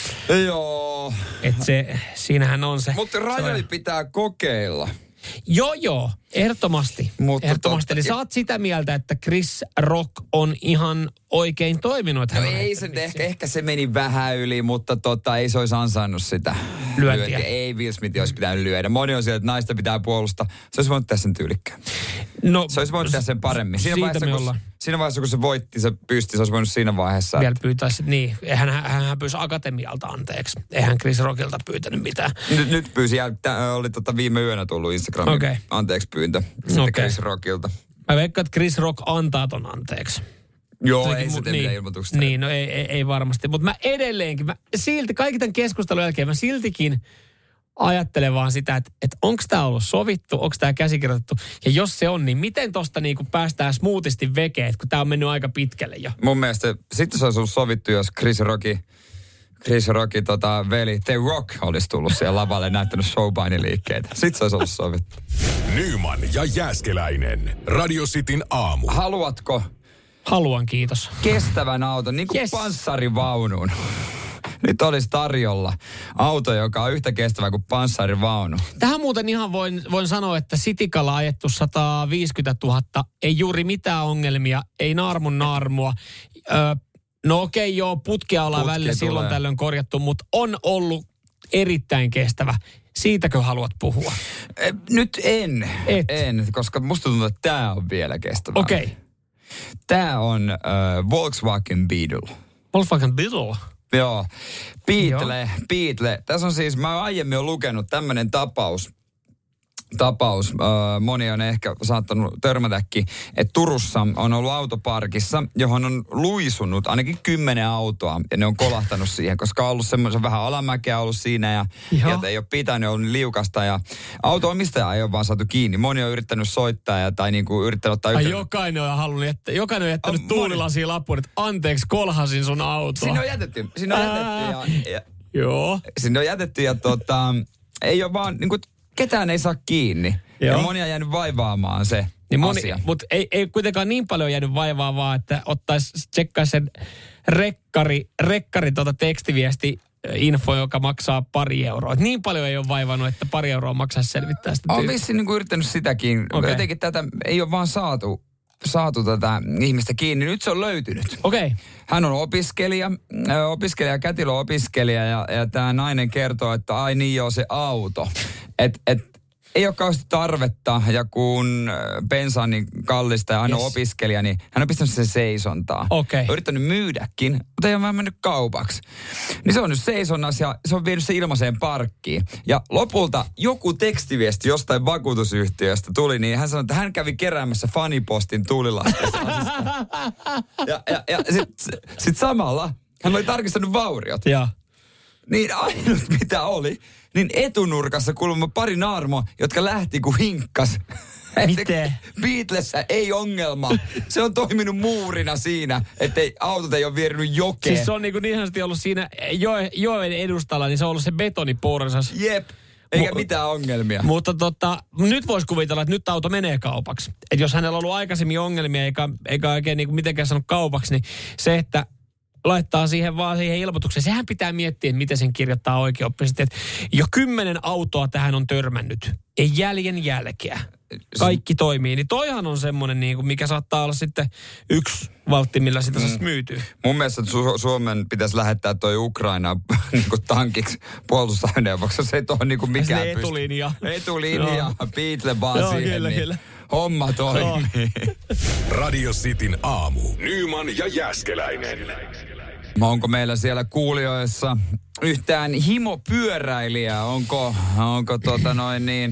Joo. Että se, siinähän on se. Mutta rajoja pitää kokeilla. Joo, joo, ehdottomasti. Mutta ehdottomasti. Eli sä oot sitä mieltä, että Chris Rock on ihan oikein toiminut. No ei se, ehkä, ehkä se meni vähän yli, mutta tota, ei se olisi ansainnut sitä lyöntiä. lyöntiä. Ei Will Smith olisi pitänyt lyödä. Moni on siellä, että naista pitää puolustaa. Se olisi voinut tehdä sen tyylikkään. No, se olisi voinut tehdä sen paremmin. Siinä vaiheessa, kun, siinä vaiheessa, kun se voitti, se pysti, se olisi voinut siinä vaiheessa. Vielä pyytäisi, niin. Eihän hän, hän pyysi Akatemialta anteeksi. Eihän Chris Rockilta pyytänyt mitään. Nyt, nyt pyysi, ja oli tota viime yönä tullut Instagramin okay. anteeksi pyyntö. Sitten okay. Chris Rockilta. Mä veikkaan, että Chris Rock antaa ton anteeksi. Joo, Toikin, ei se tee niin, mitään ilmoituksesta. Niin, no ei, ei, ei varmasti. Mutta mä edelleenkin, mä silti, kaikki tämän keskustelun jälkeen, mä siltikin ajattelen vaan sitä, että, että onko tämä ollut sovittu, onko tämä käsikirjoitettu. Ja jos se on, niin miten tosta niinku päästään smoothisti vekeen, kun tämä on mennyt aika pitkälle jo. Mun mielestä sitten se olisi ollut sovittu, jos Chris Rocki, Chris Rocki tota, veli The Rock olisi tullut siellä lavalle näyttänyt showpainiliikkeitä. Sitten se olisi ollut sovittu. Nyman ja Jääskeläinen. Radio Cityn aamu. Haluatko? Haluan, kiitos. Kestävän auton, niin kuin yes. panssarivaunun. Nyt olisi tarjolla auto, joka on yhtä kestävä kuin panssarivaunu. Tähän muuten ihan voin, voin sanoa, että Citicalla ajettu sata viisikymmentätuhatta, ei juuri mitään ongelmia, ei naarmun naarmua. Öö, no okei, okay, joo, putkea ollaan Putki välillä tulee. Silloin tällöin korjattu, mutta on ollut erittäin kestävä. Siitäkö haluat puhua? E, nyt en. Et. En, koska musta tuntuu, että tämä on vielä kestävä. Okei. Okay. Tämä on uh, Volkswagen Beetle. Volkswagen Beetle? Joo. Beetle, Beetle. Tässä on siis, mä oon aiemmin lukenut tämmöinen tapaus. Tapaus. Äh, moni on ehkä saattanut törmätäkin, että Turussa on ollut autoparkissa, johon on luisunut ainakin kymmenen autoa. Ja ne on kolahtanut siihen, koska on ollut semmoisen vähän alamäkeä ollut siinä ja, ja ei ole pitänyt, ollut liukasta. Ja auto-omistaja ei ole vaan saatu kiinni. Moni on yrittänyt soittaa ja, tai niinku yrittänyt ottaa yhteyttä. Jokainen on halunnut, että jokainen on jättänyt oh, tuulilasiin lappuun, että anteeksi, kolhasin sun autoa. Siinä on jätetty. Siinä on jätetty ja, ja, joo. Siinä on jätetty ja tota, ei ole vaan niinku ketään ei saa kiinni. Joo. Ja moni on jäänyt vaivaamaan se niin moni, asia. Mutta ei, ei kuitenkaan niin paljon jäänyt vaivaamaan, että ottaisi, tsekkaisi sen rekkari, rekkari tuota tekstiviesti info, joka maksaa pari euroa. Et niin paljon ei ole vaivannut, että pari euroa maksaisi selvittää sitä. Olen vissiin niin yrittänyt sitäkin. Okay. Jotenkin tätä ei ole vaan saatu, saatu tätä ihmistä kiinni. Nyt se on löytynyt. Okei. Okay. Hän on opiskelija, opiskelija, kätilö opiskelija ja, ja tämä nainen kertoo, että ai niin joo se auto. Että et, ei ole kauheasti tarvetta ja kun bensa on niin kallista ja aina yes. opiskelija, niin hän on pistänyt sen seisontaa. Okay. On yrittänyt myydäkin, mutta ei ole vähän mennyt kaupaksi. Niin se on nyt seisonnassa ja se on vienyt se ilmaiseen parkkiin. Ja lopulta joku tekstiviesti jostain vakuutusyhtiöstä tuli, niin hän sanoi, että hän kävi keräämässä fanipostin tuulilasteessa. ja ja, ja sitten sit samalla hän oli tarkistanut vauriot. Ja. Niin ainut mitä oli, niin etunurkassa kuulemma pari naarmoa, jotka lähti kuin hinkkas. Miten? Beatlessa ei ongelma. Se on toiminut muurina siinä, että autot ei ole vierinyt jokeen. Siis se on niin ihanasti ollut siinä joe, joen edustalla, niin se on ollut se betoniporsas. Jep. Eikä Mu- mitään ongelmia. Mutta tota, nyt voisi kuvitella, että nyt auto menee kaupaksi. Että jos hänellä on ollut aikaisemmin ongelmia, eikä, eikä oikein niin mitenkään sanonut kaupaksi, niin se, että laittaa siihen vaan siihen ilmoitukseen. Sehän pitää miettiä, että miten sen kirjoittaa oikeoppisesti. Että jo kymmenen autoa tähän on törmännyt. Ei jäljen jälkeä. Kaikki toimii. Niin toihan on semmoinen, niin kuin, mikä saattaa olla sitten yksi valtti, millä sitä mm. myytyy. Mun mielestä Su- Suomen pitäisi lähettää toi Ukraina niinku tankiksi puolustusajoneuvoksi. Se ei tuohon niinku mikään pysty. Etulinja. Etulinja, Beatle vaan Joo, siihen. Kyllä, niin kyllä. Homma toimii. Radio Cityn aamu. Nyman ja Jääskeläinen. Onko meillä siellä kuulijoissa yhtään himopyöräilijää? Onko, onko tota noin niin...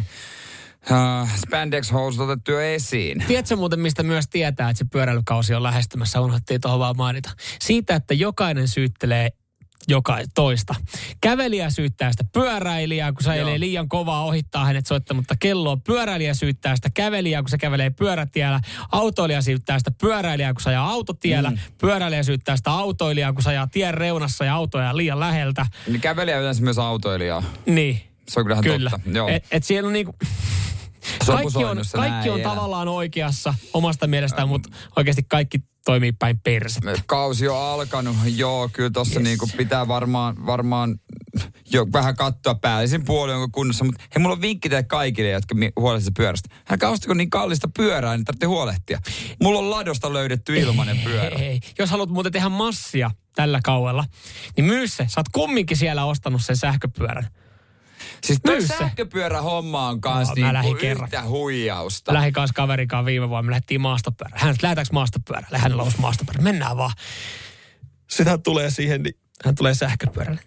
Uh, spandex-housut otettu jo esiin. Tiedätkö muuten, mistä myös tietää, että se pyöräilykausi on lähestymässä? Unohdettiin tuohon vaan mainita. Siitä, että jokainen syyttelee joka toista. Kävelijä syyttää sitä pyöräilijää, kun se ajelee liian kovaa ohittaa hänet soittamatta kelloa. Pyöräilijä syyttää sitä kävelijää, kun se kävelee pyörätiellä. Autoilija syyttää sitä pyöräilijää, kun se ajaa autotiellä. Mm. Pyöräilijä syyttää sitä autoilijaa, kun se ajaa tien reunassa ja autoja liian läheltä. Niin kävelijä yleensä myös autoilijaa. Niin. Se on kyllähän Kyllä. totta. Joo. Et, et siellä on niinku... Kaikki on, kaikki on tavallaan oikeassa omasta mielestään, mutta oikeasti kaikki toimii päin persettä. Kausi on alkanut, joo, kyllä tossa yes. niinku pitää varmaan, varmaan jo vähän katsoa päällisin puoli onko kunnossa, mutta hei, mulla on vinkki teille kaikille, jotka huolehtii pyörästä. Älkää ostako niin kallista pyörää, niin tarvitsee huolehtia. Mulla on Ladosta löydetty ilmainen pyörä. Ei, ei. Jos haluat muuten tehdä massia tällä kauella, niin myy se. Sä oot kumminkin siellä ostanut sen sähköpyörän. Siis toi sähköpyörähomma on kans no, niinku yhtä huijausta. Mä lähdin kanssa kaverikaan viime vuonna, me lähdettiin maastopyörällä. Hän lähdetäänkö maastopyörällä? Hänellä olisi maastopyörä. Mennään vaan. Sitten hän tulee siihen, niin hän tulee sähköpyörälle.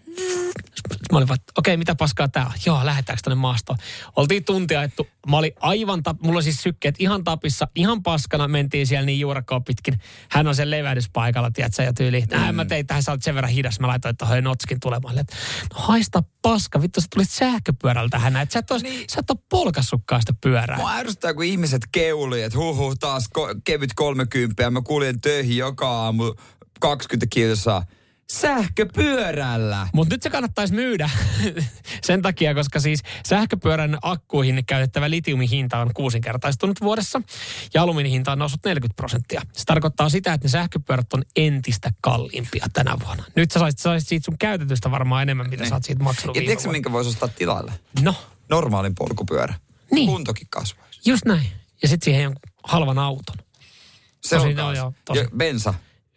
Mä olin vaan, okei, okay, mitä paskaa tää on? Joo, lähdetäänkö tonne maastoon? Oltiin tuntia ajettu. Mä olin aivan, tap- mulla oli siis sykkeet ihan tapissa, ihan paskana, mentiin siellä niin juurakkoa pitkin. Hän on sen levähdyspaikalla, tiedätkö, ja tyyli. Mm. Mä tein tähän, sä olet sen verran hidas. Mä laitoin tuohon notskin tulemaan. Että, no haista paska, vittu sä tulit sähköpyörällä tähän. Että sä et, ois, niin. sä et ole polkassutkaan sitä pyörää. Mua ärsyttää, kun ihmiset keulii, että huhu, taas ko- kevyt kolmekymppiä. Mä kuljen töihin joka aamu kaksikymmentä kilsaa. Sähköpyörällä. Mutta nyt se kannattaisi myydä sen takia, koska siis sähköpyörän akkuihin käytettävä litiumin hinta on kuusinkertaistunut vuodessa ja alumiinin hinta on noussut neljäkymmentä prosenttia. Se tarkoittaa sitä, että ne sähköpyörät on entistä kalliimpia tänä vuonna. Nyt sä saisit, saisit siitä sun käytetystä varmaan enemmän, mitä ne. Sä oot siitä maksanut viime vuonna. Ja tiedätkö, minkä voisi ostaa tilalle? No. Normaalin polkupyörä. Niin. Kuntokin kasvaisi. Just näin. Ja sitten siihen on halvan auton. Se tosi, on taas. Jo, tosi. Ja bensa.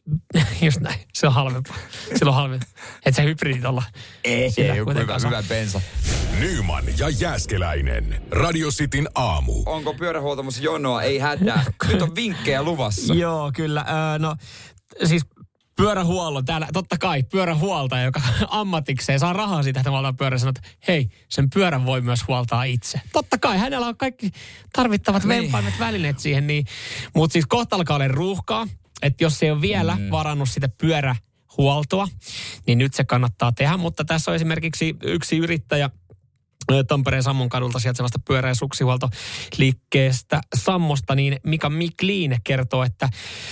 Just näin. Se on halvempaa. Se on halvempaa. Et sä hybridit olla. Ei, ei joku hyvä, hyvä bensa. Nyman ja Jääskeläinen. Radio Cityn aamu. Onko pyörähuoltamossa jonoa? Ei hätää. Nyt on vinkkejä luvassa. Joo, kyllä. Öö, no, siis pyörähuollon täällä, totta kai pyörähuoltaja, joka ammatikseen saa rahaa siitä, että huoltaa pyörän, sanoo, että hei, sen pyörän voi myös huoltaa itse. Totta kai, hänellä on kaikki tarvittavat niin. vempaimet välineet siihen, niin, mutta siis kohta alkaa olla ruuhkaa. Että jos ei ole vielä mm. varannut sitä pyörähuoltoa, niin nyt se kannattaa tehdä. Mutta tässä on esimerkiksi yksi yrittäjä Tampereen Sammon kadulta sijaitsevasta pyörä- ja suksihuoltoliikkeestä Sammosta, niin Mika Mikliin kertoo, että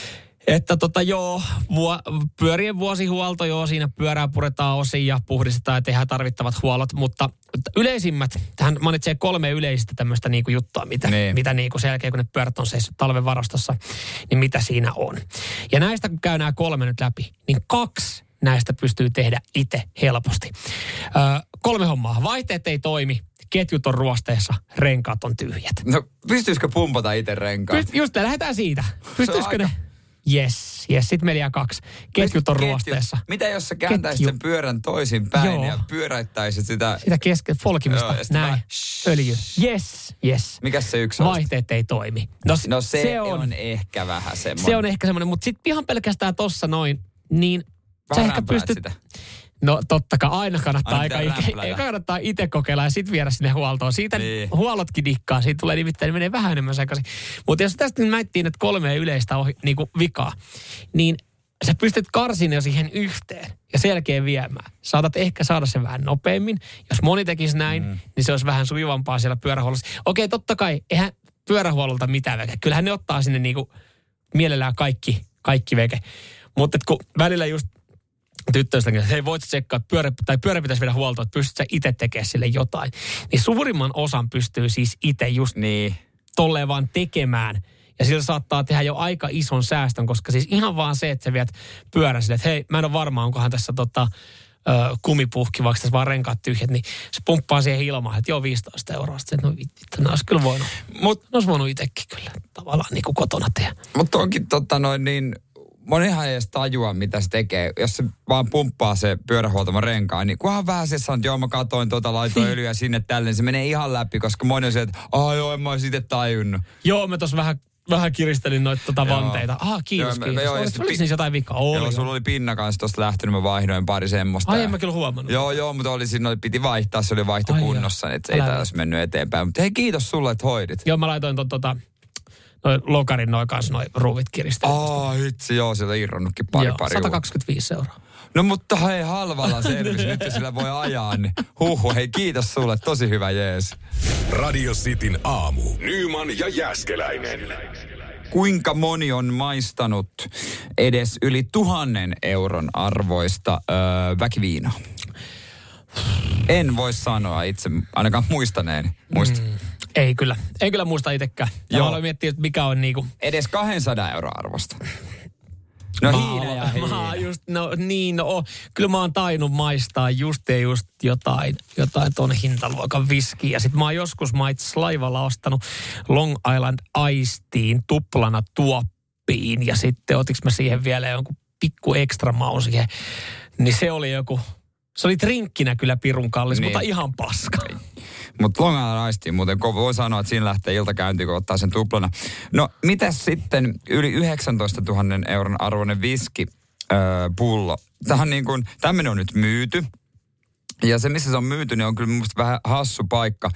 Että tota joo, vuo, pyörien vuosihuolto, joo, siinä pyörää puretaan osin ja puhdistetaan ja tehdään tarvittavat huollot, mutta yleisimmät, tähän mainitsee kolme yleistä tämmöistä niinku juttua, mitä, niin. mitä niinku sen jälkeen, kun ne pyörät on seissyt talven varastossa, niin mitä siinä on. Ja näistä, kun käy nämä kolme nyt läpi, niin kaksi näistä pystyy tehdä itse helposti. Ö, kolme hommaa. Vaihteet ei toimi, ketjut on ruosteessa, renkaat on tyhjät. No, pystyisikö pumpata itse renkaat? Pyst, just, lähdetään siitä. Pystyisikö ne? Yes, yes. Sitten meillä jää kaksi. Ketjut on ruosteessa. Mitä jos sä kääntäisit sen pyörän toisin päin Joo. ja pyöräyttäisit sitä... Sitä kesken, folkimista. Joo, näin. Mä... Öljy. Yes, yes. Mikäs se yksi on? Vaihteet ei toimi. No, no se, se on, on ehkä vähän semmoinen. Se on ehkä semmoinen, mutta sitten ihan pelkästään tossa noin, niin sä ehkä pystyt... Sitä. No totta kai aina kannattaa, aika ike, kannattaa itse kokeilla ja sitten viedä sinne huoltoon. Siitä niin. Huollotkin dikkaa, siitä tulee nimittäin, menee vähän enemmän sekaisin. Mutta jos tästä nyt näittiin, että kolme yleistä ohi, niin kuin vikaa, niin sä pystyt karsin jo siihen yhteen ja sen jälkeen viemään. Saatat ehkä saada sen vähän nopeammin. Jos moni tekisi näin, mm. niin se olisi vähän sujuvampaa siellä pyörähuollossa. Okei, totta kai, eihän pyörähuollolta mitään veke. Kyllähän ne ottaa sinne niin kuin mielellään kaikki, kaikki veke. Mutta kun välillä just tyttöystäkin, että hei, voit tsekkaa, pyörä, tai pyörä pitäisi viedä huoltoon, että pystyt sä itse tekemään sille jotain. Niin suurimman osan pystyy siis itse just niin. tolleen vaan tekemään. Ja sillä saattaa tehdä jo aika ison säästön, koska siis ihan vaan se, että sä viet pyörän sille, että hei, mä en ole varma, onkohan tässä tota, ö, kumipuhki, vaikka tässä vaan renkaat tyhjät, niin se pumppaa siihen ilmaan, että joo, viisitoista euroa. Sitten, no vittu, ne olisi kyllä voinut, Mut, ne olisi voinut itsekin kyllä tavallaan niin kuin kotona tehdä. Mutta onkin tota noin niin... moni ihan edes tajua, mitä se tekee. Jos se vaan pumppaa se pyörähuoltama renkaan, niin kunhan vähän se sanoo, että joo, mä katoin tuota, laitoin öljyä sinne tälleen. Se menee ihan läpi, koska moni on se, että aah joo, en mä ois itse tajunnut. Joo, mä tossa vähän Vähän kiristelin noita tota vanteita. Ah, kiitos, joo, kiitos. Joo, Olis, olis niissä jotain vikaa? Oli. Joo, sulla oli pinna kanssa tosta lähtenyt, mä vaihdoin pari semmoista. Ai, en mä kyllä huomannut. Joo, joo, mutta oli siinä, piti vaihtaa, se oli vaihtokunnossa, niin että ei taas mennyt eteenpäin. Mutta hei, kiitos sulle, että hoidit. Joo, mä laitoin ton, tota, noi lokarin noin kanssa noi ruuvit kiristelin. Aa, hitsi, joo, sieltä irronnutkin pari joo, pari. sata kaksikymmentäviisi euroa. No mutta hei, halvalla selvisi, nyt jos sillä voi ajaa, niin huhu, hei kiitos sulle, tosi hyvä jees. Radio Cityn aamu. Nyman ja Jääskeläinen. Kuinka moni on maistanut edes yli tuhannen euron arvoista öö, väkiviinoa? En voi sanoa itse, ainakaan muistaneen. Muista. Mm, ei kyllä, ei kyllä muista itsekään. Mä aloin miettiä, että mikä on niinku... Edes kahdensadan euron arvosta. No hiinä ja hiinä. Mä just, no niin, no kyllä mä oon tainnut maistaa just ja just jotain, jotain ton hintaluokan viskiä. Sitten mä oon joskus mä itse laivalla ostanut Long Island Iced Tean tuplana tuoppiin ja sitten otiks mä siihen vielä jonkun pikku ekstra maun siihen. Niin se oli joku, se oli drinkkinä kyllä pirun kallis, niin. Mutta ihan paska. Mutta Long Island Iced Tea, muuten voi sanoa, että siinä lähtee iltakäyntiin, kun ottaa sen tuplana. No, mitäs sitten yli yhdeksäntoistatuhatta euron arvoinen viski öö, pullo? Tähän niin kuin, tämmöinen on nyt myyty. Ja se, missä se on myyty, niin on kyllä musta vähän hassu paikka.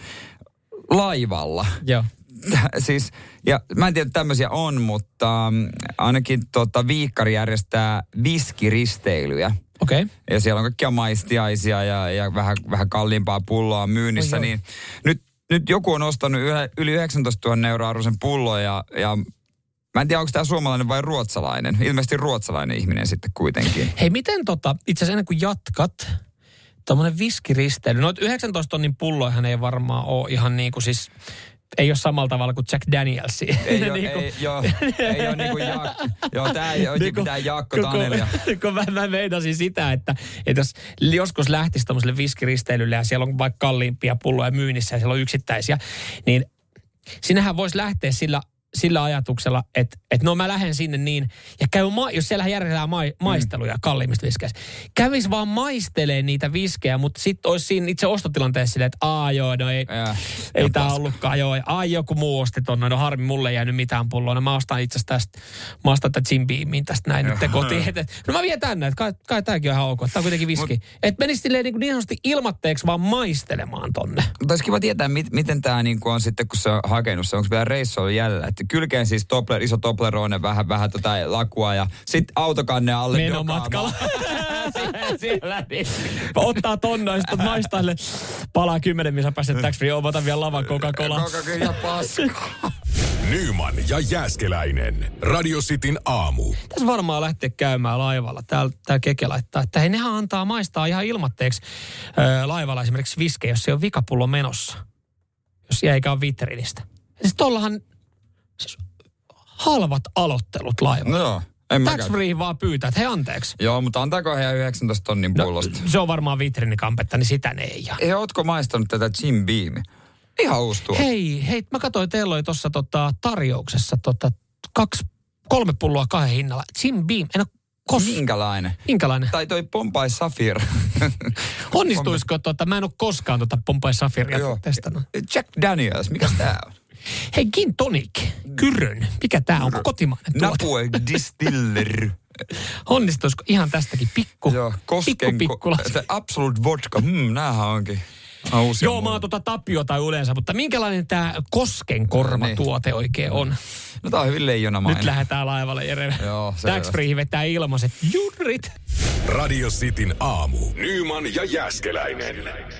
Laivalla. Joo. Siis, ja mä en tiedä, että tämmöisiä on, mutta um, ainakin tota, Viikkari järjestää viskiristeilyjä. Okei. Okay. Ja siellä on kaikkia maistiaisia ja, ja vähän, vähän kalliimpaa pulloa myynnissä. Niin nyt, nyt joku on ostanut yhä, yli yhdeksäntoistatuhatta euroa arvoisen pullon ja, ja mä en tiedä, onko tämä suomalainen vai ruotsalainen. Ilmeisesti ruotsalainen ihminen sitten kuitenkin. Hei, miten tota, itse asiassa ennen kuin jatkat, tommonen viskiristeily. Noit yhdeksäntoista tonnin pulloihan ei varmaan ole ihan niin kuin siis... Ei ole samalla tavalla kuin Jack Daniels. Ei ole, niin ei, joo, ei ole niin kuin Jaakko. Joo, tämä ei ole niin mitään Jaakko Tanelia. Kun, kun mä, mä meinasin sitä, että, että jos joskus lähtisi tommoselle viskiristeilylle ja siellä on vaikka kalliimpia pulloja myynnissä ja siellä on yksittäisiä, niin sinähän voisi lähteä sillä, sillä ajatuksella, että, että no mä lähden sinne niin, ja käy ma- jos siellä järjestetään ma- maisteluja mm. kalliimmista viskeistä, kävis vaan maistelee niitä viskejä, mutta sitten olisi siinä itse ostotilanteessa silleen, että aah joo, no ei, ja, ei tää ollutkaan, joo, ai joku muu osti tonne, no harmi, mulle ei jäänyt mitään pulloa, no mä ostan itse asiassa tästä, mä ostan tätä Jim Beamin tästä näin nyt kotiin, että no mä vien tänne, että kai, kai tääkin on ihan ok, tää on kuitenkin viski. Että menisi silleen niin, niin sanotusti ilmatteeksi vaan maistelemaan tonne. Mutta olisi kiva tietää, mit, miten tää niin on sitten, kun se on hakenut, se onko vielä reissu jäljellä, että kylkeen siis topler, iso topleroinen, vähän, vähän tota lakua ja sitten autokanne alle. Menomatkalla. siellä, siellä niin. Ottaa tonne ja sitten maistaa sille palaa kymmenen missä pääset tax free. Otan vielä lavan Coca-Cola. Coca-Cola paskaa. Nyman ja Jääskeläinen. Radio Cityn aamu. Tässä varmaan lähteä käymään laivalla. Täällä tää Keke laittaa, että hei, nehän antaa maistaa ihan ilmatteeksi ää, laivalla esimerkiksi viskejä, jos se on vikapullo menossa. Jos jäikä on vitrinistä. Ja siis tollahan siis halvat aloittelut laivalla. No joo. Tax free vaan pyytää, että hei anteeksi. Joo, mutta antaako he yhdeksäntoista tonnin pullosta? No, se on varmaan vitrinikampetta, niin sitä ne ei jaa. Ei, ootko maistanut tätä Jim Beamia? Ihan uusi tuo. Hei, hei, mä katsoin, teillä oli tuossa tota, tarjouksessa tota, kaksi, kolme pulloa kahden hinnalla. Jim Beam, en ole kos... Minkälainen? Minkälainen? Tai toi Bombay Sapphire. Onnistuisiko, tota, mä en ole koskaan tota Bombay Sapphirea testannut. Jack Daniels, mikäs tää on? Hei, Gin Tonic, Kyrön. Mikä tää on? Kotimainen tuote. Napue Distiller. Onnistuisiko ihan tästäkin pikku, Joo, Kosken, pikku pikkula. Absolute Vodka, hmm, näähän onkin. Joo, mä oon tota Tapiota yleensä, mutta minkälainen tää Koskenkorva-tuote no, niin. oikein on? No tää on hyvin leijonamainen. Nyt lähdetään laivalle, Jere. Joo, Tax free vetää ilmaiset jurrit. Radio Cityn aamu. Nyman ja Jääskeläinen.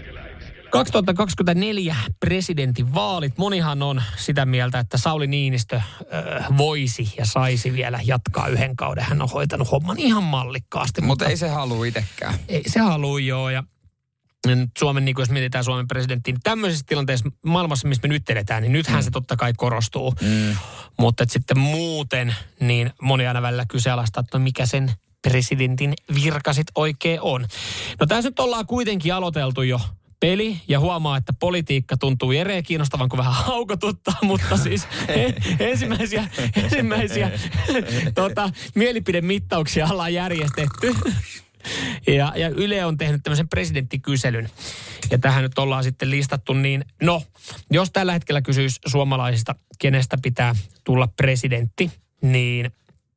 kaksituhattakaksikymmentäneljä presidentin vaalit. Monihan on sitä mieltä, että Sauli Niinistö äh, voisi ja saisi vielä jatkaa yhden kauden. Hän on hoitanut homman ihan mallikkaasti. Mutta, mutta ei se halua itsekään. Ei se halua, joo. Ja Suomen, niin kuin jos mietitään Suomen presidenttiin, tämmöisessä tilanteessa maailmassa, missä me nyt edetään, niin nythän mm. se totta kai korostuu. Mm. Mutta sitten muuten, niin moni aina välillä kyseenalaistaa, että no mikä sen presidentin virka sit oikein on. No tässä nyt ollaan kuitenkin aloiteltu jo peli ja huomaa, että politiikka tuntuu Jereä kiinnostavan, kun vähän haukotuttaa, mutta siis ensimmäisiä, ensimmäisiä tota, mielipidemittauksia ollaan järjestetty. Ja, ja Yle on tehnyt tämmöisen presidenttikyselyn. Ja tähän nyt ollaan sitten listattu niin, no, jos tällä hetkellä kysyisi suomalaisista, kenestä pitää tulla presidentti, niin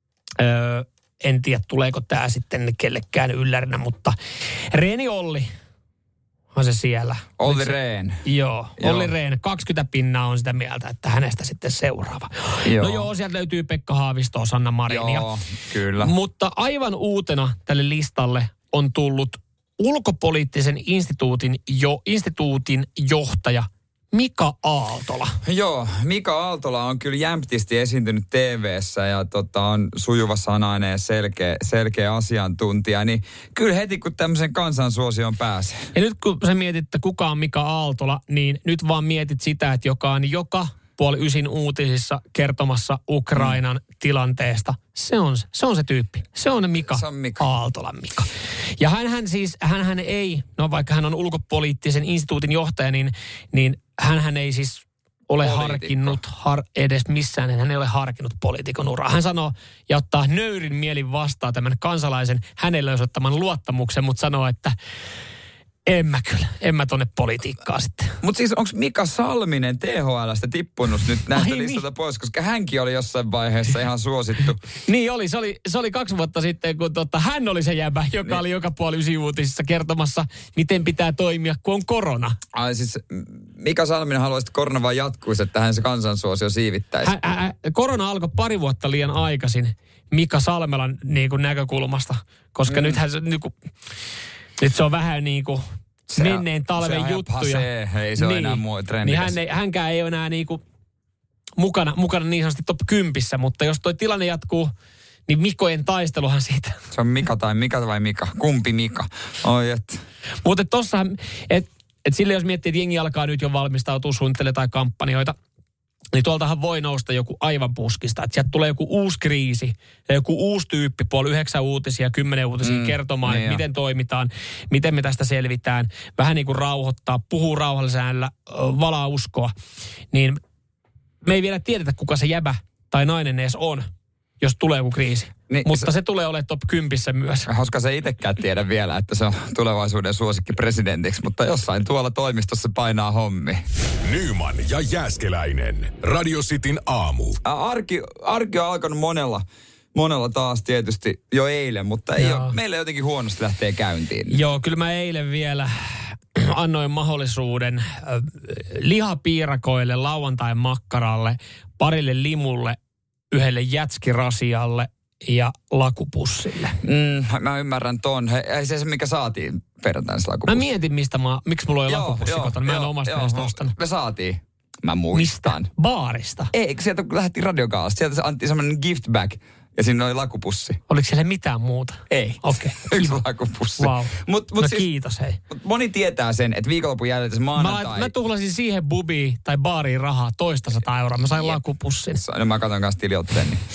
öö, en tiedä, tuleeko tämä sitten kellekään yllärinä, mutta Reeni Olli on se siellä. Olli Rehn. Joo, joo, Olli Rehn. kaksikymmentä pinnaa on sitä mieltä, että hänestä sitten seuraava. Joo. No joo, sieltä löytyy Pekka Haavistoa, Sanna Marinia. Joo, kyllä. Mutta aivan uutena tälle listalle on tullut ulkopoliittisen instituutin, jo, instituutin johtaja Mika Aaltola. Joo, Mika Aaltola on kyllä jämptisti esiintynyt T V:ssä ja tota, on sujuva sanainen ja selkeä, selkeä asiantuntija. Niin kyllä heti kun tämmöisen kansansuosioon pääsee. Ja nyt kun sä mietit, että kuka on Mika Aaltola, niin nyt vaan mietit sitä, että joka on joka puoli ysin uutisissa kertomassa Ukrainan mm. tilanteesta. Se on, se on se tyyppi. Se on Mika, se on Mika. Aaltola Mika. Ja hänhän siis, hänhän ei, no vaikka hän on ulkopoliittisen instituutin johtaja, niin, niin hänhän ei siis ole Poliitikko. harkinnut har, edes missään, hän ei ole harkinnut poliitikon uraa. Hän sanoo ja ottaa nöyrin mielin vastaan tämän kansalaisen hänelle osoittaman luottamuksen, mutta sanoo, että en mä kyllä, en mä tonne politiikkaa sitten. Mutta siis onko Mika Salminen T H L:stä tippunut nyt näistä Ai listalta niin. pois, koska hänkin oli jossain vaiheessa ihan suosittu. Niin oli, se oli, se oli kaksi vuotta sitten, kun tota, hän oli se jäbä, joka niin. oli joka puoli ysi uutisissa kertomassa, miten pitää toimia, kun on korona. Ai siis Mika Salminen haluaisi, että korona vaan jatkuisi, että hän se kansansuosio siivittäisi. Hä, hä, korona alkoi pari vuotta liian aikaisin Mika Salmelan niin kuin näkökulmasta, koska mm. nythän se niin kuin, nyt se on vähän niin kuin se, menneen talven se juttuja. Se ei se niin, ole enää muu trendikäs. Niin hän ei, hänkään ei ole enää niin kuin mukana, mukana niin sanotusti top kympissä, mutta jos toi tilanne jatkuu, niin Mikojen taisteluhan siitä. Se on Mika tai Mika vai Mika? Kumpi Mika? Oi et. Mutta tossahan, että et sille jos miettii, että jengi alkaa nyt jo valmistautua, suunnittelemaan tai kampanjoita, niin tuoltahan voi nousta joku aivan puskista. Että sieltä tulee joku uusi kriisi, joku uusi tyyppi, puoli yhdeksän uutisia, kymmenen uutisia mm, kertomaan, niin että miten toimitaan, miten me tästä selvitään. Vähän niin kuin rauhoittaa, puhuu rauhallisella, valaa uskoa. Niin me ei vielä tiedetä, kuka se jäbä tai nainen edes on, jos tulee joku kriisi. Niin, mutta se, se tulee olemaan top kympissä myös. Hauska se itsekään tiedä vielä, että se on tulevaisuuden suosikki presidentiksi, mutta jossain tuolla toimistossa painaa hommi. Nyman ja Jääskeläinen. Radio Cityn aamu. Arki, arki on alkanut monella, monella taas tietysti jo eilen, mutta ei ole, meillä jotenkin huonosti lähtee käyntiin. Joo, kyllä mä eilen vielä annoin mahdollisuuden äh, lihapiirakoille, lauantain makkaralle, parille limulle, yhdelle jätskirasialle ja lakupussille. Mm, mä ymmärrän ton. Ei se se, mikä saatiin perjantaina se lakupussi. Mä mietin, mistä mä, miksi mulla oli joo, lakupussi joo, kotona. Mä en ole omasta mielestä ostanut. Me saatiin. Mä muistan. Mistä? Baarista? Ei, sieltä kun lähdettiin radiokaalasta. Sieltä se antti semmoinen gift bag ja siinä oli lakupussi. Oliko siellä mitään muuta? Ei. Okei. Okay. Yksi lakupussi. Wow. Mut, mut no siis, kiitos, hei. Moni tietää sen, että viikonlopun jälkeen se maanantai... Mä, mä tuhlasin siihen bubiin tai baariin rahaa toista sata euroa. Mä sain Jep. lakupussin. No mä katson kanssa tiliotteen, niin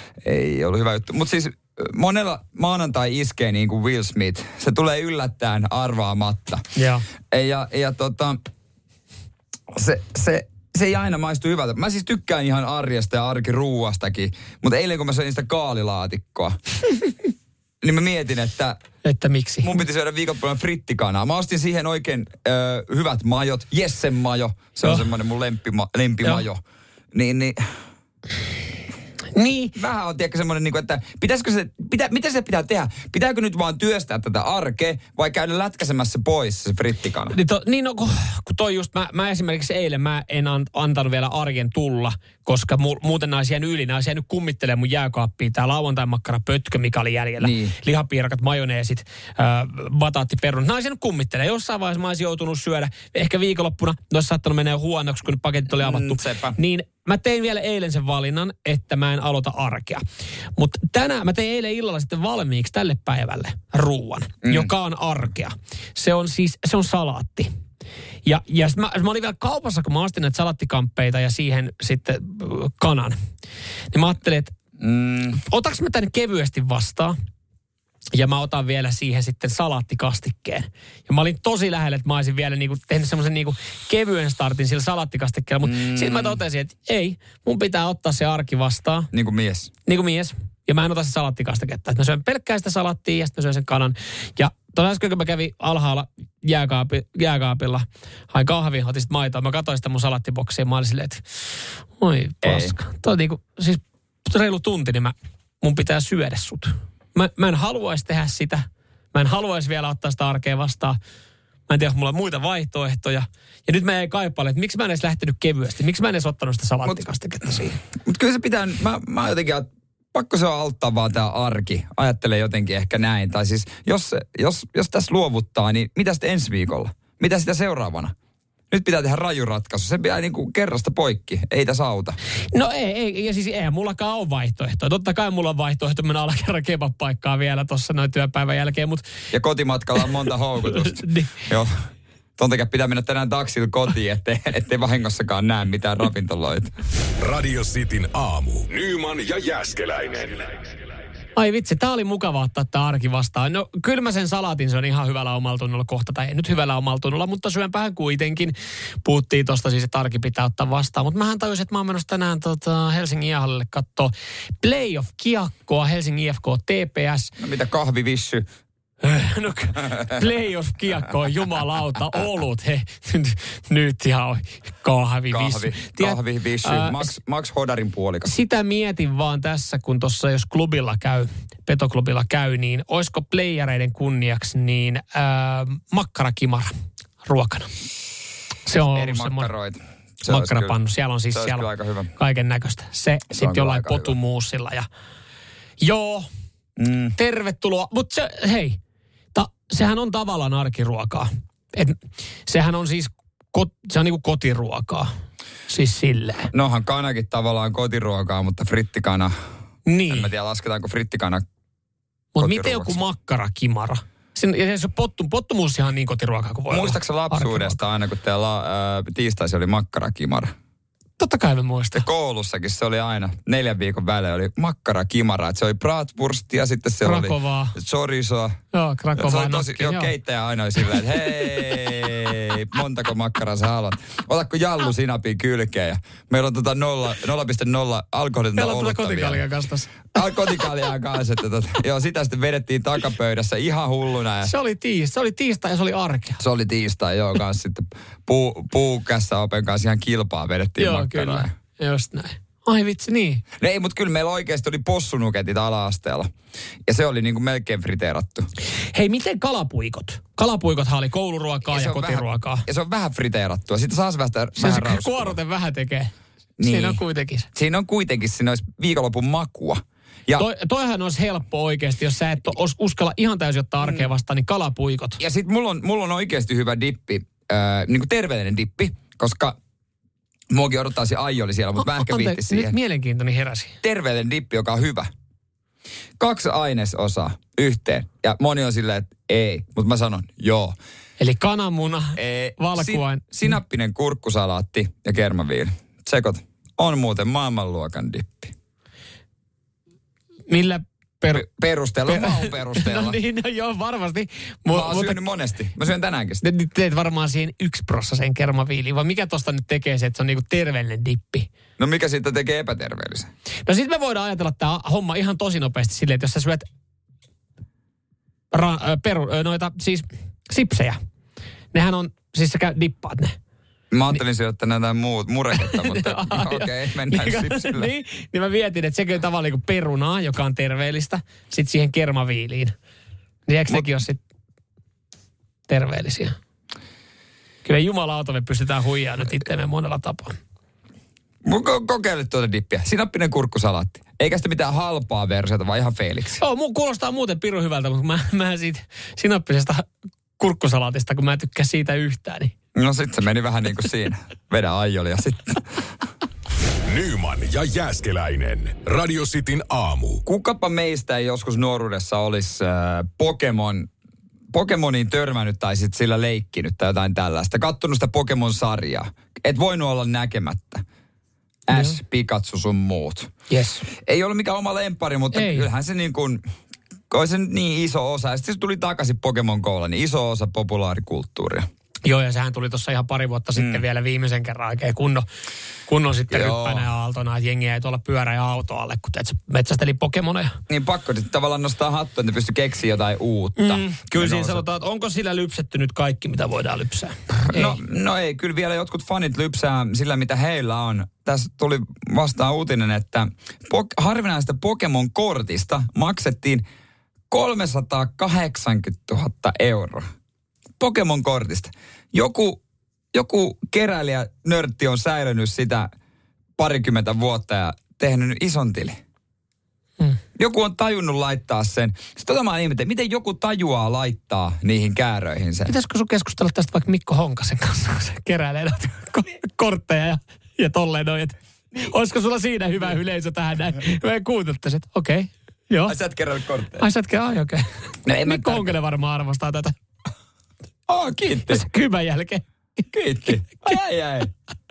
ei ollut hyvä juttu. Mutta siis monella maanantai iskee niin kuin Will Smith. Se tulee yllättäen arvaamatta. Joo. Ja, ja tota... Se... se Se ei aina maistu hyvältä. Mä siis tykkään ihan arjesta ja arkiruuastakin, mutta eilen kun mä söin sitä kaalilaatikkoa, niin mä mietin, että... Että miksi? Mun piti syödä viikonpuolella frittikanaa. Mä ostin siihen oikein ö, hyvät majot. Jessen majo. Se on semmoinen mun lempima, lempimajo. Niin, niin... Niin. Vähän on tiedäkö semmoinen, että pitäisikö se, pitä, mitä se pitää tehdä? Pitääkö nyt vaan työstää tätä arkea vai käydä lätkäsemässä pois se frittikana? Niin, to, niin no, kun, kun toi just, mä, mä esimerkiksi eilen mä en antanut vielä arjen tulla, koska mu, muuten olisi jäänyt yli. Nämä olisi jäänyt kummittelemaan mun jääkaappiin. Tää lauantai-makkara pötkö, mikä oli jäljellä. Niin. Lihapiirakat, majoneesit, äh, bataattiperunat. Nämä olisi jäänyt kummittelemaan. Jossain vaiheessa mä olisin joutunut syödä. Ehkä viikonloppuna ne olisi saattanut mennä jo huonoksi, kun paketit oli avattu. Mm, niin mä tein vielä eilen sen valinnan, että mä en aloita arkea. Mutta tänään mä tein eilen illalla sitten valmiiksi tälle päivälle ruuan, mm. joka on arkea. Se on siis, se on salaatti. Ja, ja mä, mä olin vielä kaupassa, kun mä ostin näitä salattikamppeita ja siihen sitten kanan. Niin mä ajattelin, että mm. otaks mä tän kevyesti vastaan? Ja mä otan vielä siihen sitten salaattikastikkeen. Ja mä olin tosi lähellä, että mä olisin vielä niinku tehnyt semmoisen niinku kevyen startin sillä salaattikastikkeella. Mutta mm. sitten mä totesin, että ei, mun pitää ottaa se arki vastaan. Niin kuin mies. Niin kuin mies. Ja mä en ota se salaattikastiketta. Mä syön pelkkää sitä salaattia ja sitten mä syön sen kanan. Ja tuolla äsken, kun mä kävin alhaalla jääkaapi, jääkaapilla, hain kahvia, otin sitten maitoa. Mä katsoin sitä mun salaattiboksia ja mä olin silleen, että oi paska. Toi on niinku, siis reilu tunti, niin mä, mun pitää syödä sut. Mä, mä en haluaisi tehdä sitä. Mä en haluaisi vielä ottaa sitä arkea vastaan. Mä en tiedä, mulla on muita vaihtoehtoja. Ja nyt mä ei kaipaile, että miksi mä en edes lähtenyt kevyesti. Miksi mä en edes ottanut sitä salaattikastiketta siihen. Mutta kyllä se pitää, mä, mä jotenkin, pakko se on auttaa vaan tää arki. Ajattelen jotenkin ehkä näin. Tai siis, jos, jos, jos tässä luovuttaa, niin mitä sitten ensi viikolla? Mitä sitä seuraavana? Nyt pitää tehdä raju ratkaisu. Se pitää niinku kerrasta poikki. Ei tässä auta. No ei, ei. Ja siis eihän mullakaan ole vaihtoehtoja. Totta kai mulla on vaihtoehto mennä alakerran kebab-paikkaa vielä tuossa noin työpäivän jälkeen. Mut... Ja kotimatkalla on monta houkutusta. niin. Joo. Ton takia pitää mennä tänään taksilla kotiin, ettei, ettei vahingossakaan näe mitään ravintoloita. Radio Cityn aamu. Nyman ja Jääskeläinen. Ai vitsi, tää oli mukava ottaa tää arki vastaan. No kyllä mä sen salaatin, se on ihan hyvällä omaltunnolla kohta, tai ei nyt hyvällä omaltunnolla, mutta syönpähän kuitenkin. Puhuttiin tosta siis, että arki pitää ottaa vastaan. Mutta mähän tajusin, että mä oon menossa tänään tota Helsingin jäähallille kattoo playoff-kiekkoa, Helsingin I F K T P S. No mitä kahvivissy? No playoff-kiekkoa, jumalauta, olut, he, nyt ihan kahvivissy. Kahvi, kahvivissy, äh, Max, Max Hodarin puolikas. Sitä mietin vaan tässä, kun tuossa jos klubilla käy, petoklubilla käy, niin olisiko playereiden kunniaksi niin äh, makkarakimara ruokana. Se on eri makkaroita. Se makkarapannu, siellä on siis se siellä aika hyvä. Kaiken näköistä. Se, se sitten jollain potumuusilla ja joo, mm. tervetuloa. Mutta se, hei, ta, sehän on tavallaan arkiruokaa. Et, sehän on siis, kot, se on niinku kotiruokaa. Siis silleen. Nohan kanakin tavallaan kotiruokaa, mutta frittikana. Niin. En mä tiedä, lasketaanko frittikana. Mutta miten joku makkarakimara? Sen, ja se pottu, pottumuussihan on niin kotiruokaa kuin voi olla. Muistaaksä lapsuudesta aina, kun teillä äh, tiistaisin oli makkarakimara? Totta kai mä muistan. Ja koulussakin se oli aina, neljän viikon välein oli makkarakimara. Että se oli bratwurst ja sitten se Krakovaa. oli chorizoa. Joo, Krakovaa. Se oli tosi, nakki, jo keittäjä aina oli sillä, että hei, montako makkaraa sä haluat? Otatko jallu sinapin kylkeen? Ja meillä on tota nolla pilkku nolla alkoholitonta olutta vielä. Meillä on kotikaljaa kastas. Kotikaljaa kanssa. Tota, joo, sitä sitten vedettiin takapöydässä ihan hulluna. Ja... Se oli tiistai, se oli tiistai ja se oli arkea. Se oli tiistai, joo, kanssa sitten puu, puukässäopen kanssa ihan kilpaa vedettiin joo, makkaraa. Kyllä, just näin. Ai vitsi, niin. No ei, mutta kyllä meillä oikeasti oli possunuketit ala-asteella. Ja se oli niin kuin melkein friteerattu. Hei, miten kalapuikot? Kalapuikothan oli kouluruokaa ja, ja kotiruokaa. Vähän, ja se on vähän friteerattua. Sitten saa vähän, vähän se rauskua. Kuoroten vähän tekee. Niin. Siinä on kuitenkin. Siinä on kuitenkin, siinä olisi viikonlopun makua. Ja Toi, toihan olisi helppo oikeasti, jos sä et os, uskalla ihan täysin ottaa arkea vastaan, niin kalapuikot. Ja sitten mulla on, mulla on oikeasti hyvä dippi, äh, niin kuin terveellinen dippi, koska muakin odottaa se aioli siellä, mutta o, mä ehkä viittis siihen. Nyt mielenkiintoinen heräsi. Terveellinen dippi, joka on hyvä. Kaksi ainesosaa yhteen. Ja moni on silleen, että ei, mutta mä sanon joo. Eli kananmuna, valkuain. Sin, sinappinen kurkkusalaatti ja kermaviili. Tsekot. On muuten maailmanluokan dippi. Millä per... Pe- perusteella? Per... Maun perusteella. No niin, no joo, varmasti. Mä oon mutta... syönyt monesti. Mä syön tänäänkin sitä. Nyt teet varmaan siihen yksi prossaseen kermaviiliin, vai mikä tosta nyt tekee se, että se on niinku terveellinen dippi? No mikä siitä tekee epäterveellisen? No sit me voidaan ajatella tää homma ihan tosi nopeasti silleen, että jos sä syöt ra- peru, noita siis sipsejä, nehän on, siis sä käy, dippaat ne. Mä ajattelin syöttää näitä muut mureketta, mutta okei, okay, mennään niin, sipsillä. Niin, niin mä vietin, että sekin on tavallaan niin kuin perunaa, joka on terveellistä, sitten siihen kermaviiliin. Niin eikö nekin ole sitten terveellisiä? Kyllä jumalauta me pystytään huijaa nyt itseämme monella tapaa. Kokeile tuota dippiä. Sinappinen kurkkusalaatti. Eikä sitä mitään halpaa versiota, vaan ihan feiliksi. Joo, mun kuulostaa muuten pirun hyvältä, mutta mä, mä siitä sinappisesta kurkkusalaatista, kun mä en tykkää siitä yhtään, niin no sit se meni vähän niin kuin siinä. Vedä aijolia sitten. Nyman ja Jääskeläinen. Radio Cityn aamu. Kukapa meistä ei joskus nuoruudessa olisi äh, Pokemon, Pokemoniin törmännyt tai sitten sillä leikkinyt tai jotain tällaista. Kattonut sitä Pokemon-sarjaa. Et voinut olla näkemättä. Ash, no. Pikachu sun muut. Yes. Ei ole mikään oma lemppari, mutta ei. Kyllähän se niin kuin oli se niin iso osa. Ja sitten se tuli takaisin Pokemon Golla, niin iso osa populaarikulttuuria. Joo, ja sehän tuli tuossa ihan pari vuotta sitten mm. vielä viimeisen kerran oikein kunnon, kunnon sitten Joo. ryppänä ja aaltona, että jengi ei tuolla pyörä ja auto alle, kun teet, metsästeli Pokemoneja. Niin pakko sitten tavallaan nostaa hattua, että ne pystyy keksiä jotain uutta. Mm. Kyllä siinä sanotaan, että onko sillä lypsetty nyt kaikki, mitä voidaan lypsää? No, no ei, kyllä vielä jotkut fanit lypsää sillä, mitä heillä on. Tässä tuli vastaan uutinen, että po- harvinaisesta Pokemon-kortista maksettiin kolmesataakahdeksankymmentätuhatta euroa. Pokemon-kortista. Joku, joku keräilijä nörtti on säilynyt sitä parikymmentä vuotta ja tehnyt ison tili. Hmm. Joku on tajunnut laittaa sen. Sitten tota mä ihmettelin, miten joku tajuaa laittaa niihin kääröihin sen. Pitäisikö sun keskustella tästä vaikka Mikko Honkasen kanssa, kun se keräilee näitä kortteja ja, ja tolleen noin. Olisiko sulla siinä hyvä yleisö tähän näin? Mä en kuunteltaisi, että okei, okay, joo. Ai sä et kerännyt kortteja? Ai sä et kerännyt, ai okei. Okay. No, Mikko Honkanen varmaan arvostaa tätä. Oh, kiitti. Kymän jälkeen. Kiitti. Ai, ai.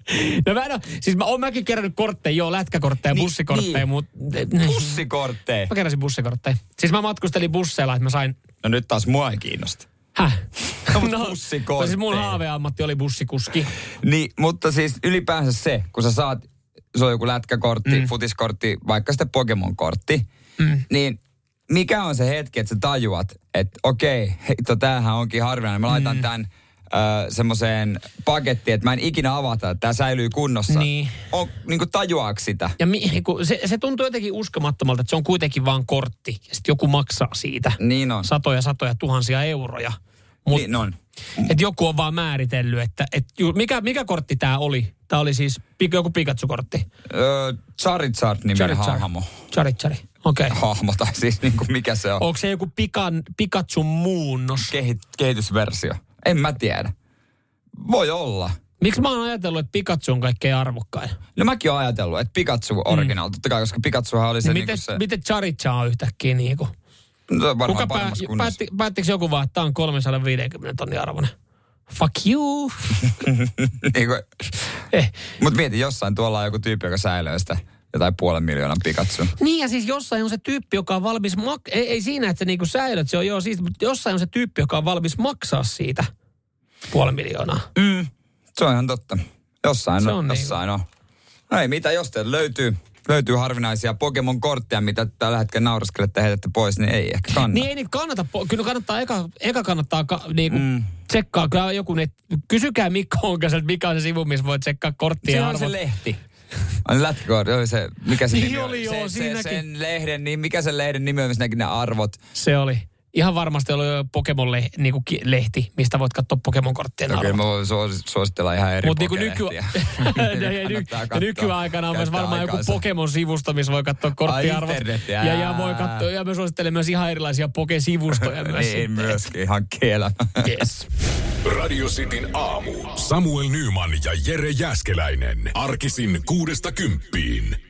No mä en ole, siis mä oon mäkin kerännyt kortteja, joo, lätkäkortteja, niin, bussikortteja, niin. mutta... Bussikortteja? Mä keräsin bussikortteja. Siis mä matkustelin busseilla, että mä sain... No nyt taas mua ei kiinnosta. Häh? No, no, bussikortteja. No siis mun haaveammatti oli bussikuski. Niin, mutta siis ylipäänsä se, kun sä saat, se on joku lätkäkortti, mm. futiskortti, vaikka sitten Pokemon-kortti, mm. niin mikä on se hetki, että sä tajuat, että okei, heitto, tämähän onkin harvinainen. Mä laitan mm. tämän Öö, semmoiseen pakettiin, että mä en ikinä avata, että tämä säilyy kunnossa. Niin. On, niin kuin tajuaako sitä? Ja mi, se, se tuntuu jotenkin uskomattomalta, että se on kuitenkin vaan kortti. Ja sitten joku maksaa siitä. Niin on. Satoja, satoja, tuhansia euroja. Mut, niin on. Että joku on vaan määritellyt, että et, mikä, mikä kortti tämä oli? Tämä oli siis joku Pikachu-kortti. Öö, Charizard-niminen hahmo. Charizard, okei. Okay. Hahmo, tai siis niin kuin mikä se on? Onko se joku Pikan, Pikachu-muunnos? Kehit, kehitysversio. En mä tiedä. Voi olla. Miksi mä oon ajatellut, että Pikachu on kaikkein arvokkain? No mäkin oon ajatellut, että Pikachu original. Mm. Totta kai, koska Pikachuhan oli se... Niin miten, niin se... miten Charizard on yhtäkkiä niin kuin... No, kuka pää, päätti, päättikö joku vaan, että tää on kolmesataaviisikymmentä tonnin arvoinen? Fuck you! niin kuin... eh. Mut mieti, jossain tuolla on joku tyyppi, joka säilyy sitä jotain puolen miljoonan Pikachu. Niin ja siis jossain on se tyyppi, joka on valmis... Mak- ei, ei siinä, että se niinku säilöt, se on joo siis, mutta jossain on se tyyppi, joka on valmis maksaa siitä puolen miljoonaa. Mm, se on ihan totta. Jossain se on, on jossain niin. on. No ei mitä, jos teillä löytyy, löytyy harvinaisia Pokemon-kortteja, mitä tällä hetkellä nauraskelette heitätte pois, niin ei ehkä kannata. Niin ei niitä kannata, kyllä kannattaa, eka, eka kannattaa ka, niinku mm. tsekkaa, kyllä joku, net, kysykää Mikko Honkaselta, mikä on se sivu, missä voit tsekkaa korttia. Se on se lehti. On lätkäkortti, oli se, mikä se niin nimi oli, joo, se, se, sen lehden, niin mikä sen lehden nimi on, missä näki ne arvot? Se oli. Ihan varmasti oli jo Pokemon-lehti, niinku lehti, mistä voit katsoa Pokemon-korttien arvot. Okei, mä voin suositella ihan eri Mut Pokelehtiä. Niinku nyky... ja, ny... ja nykyaikana on myös varmaan joku Pokemon-sivusto, missä voi katsoa korttiarvot. Ja, ja, voi katsoa, ja mä suosittelen myös ihan erilaisia Poke-sivustoja myös. Niin, myöskin ihan kielä. Yes. Radio Cityn aamu. Samuel Nyman ja Jere Jääskeläinen. Arkisin kuudesta kymppiin.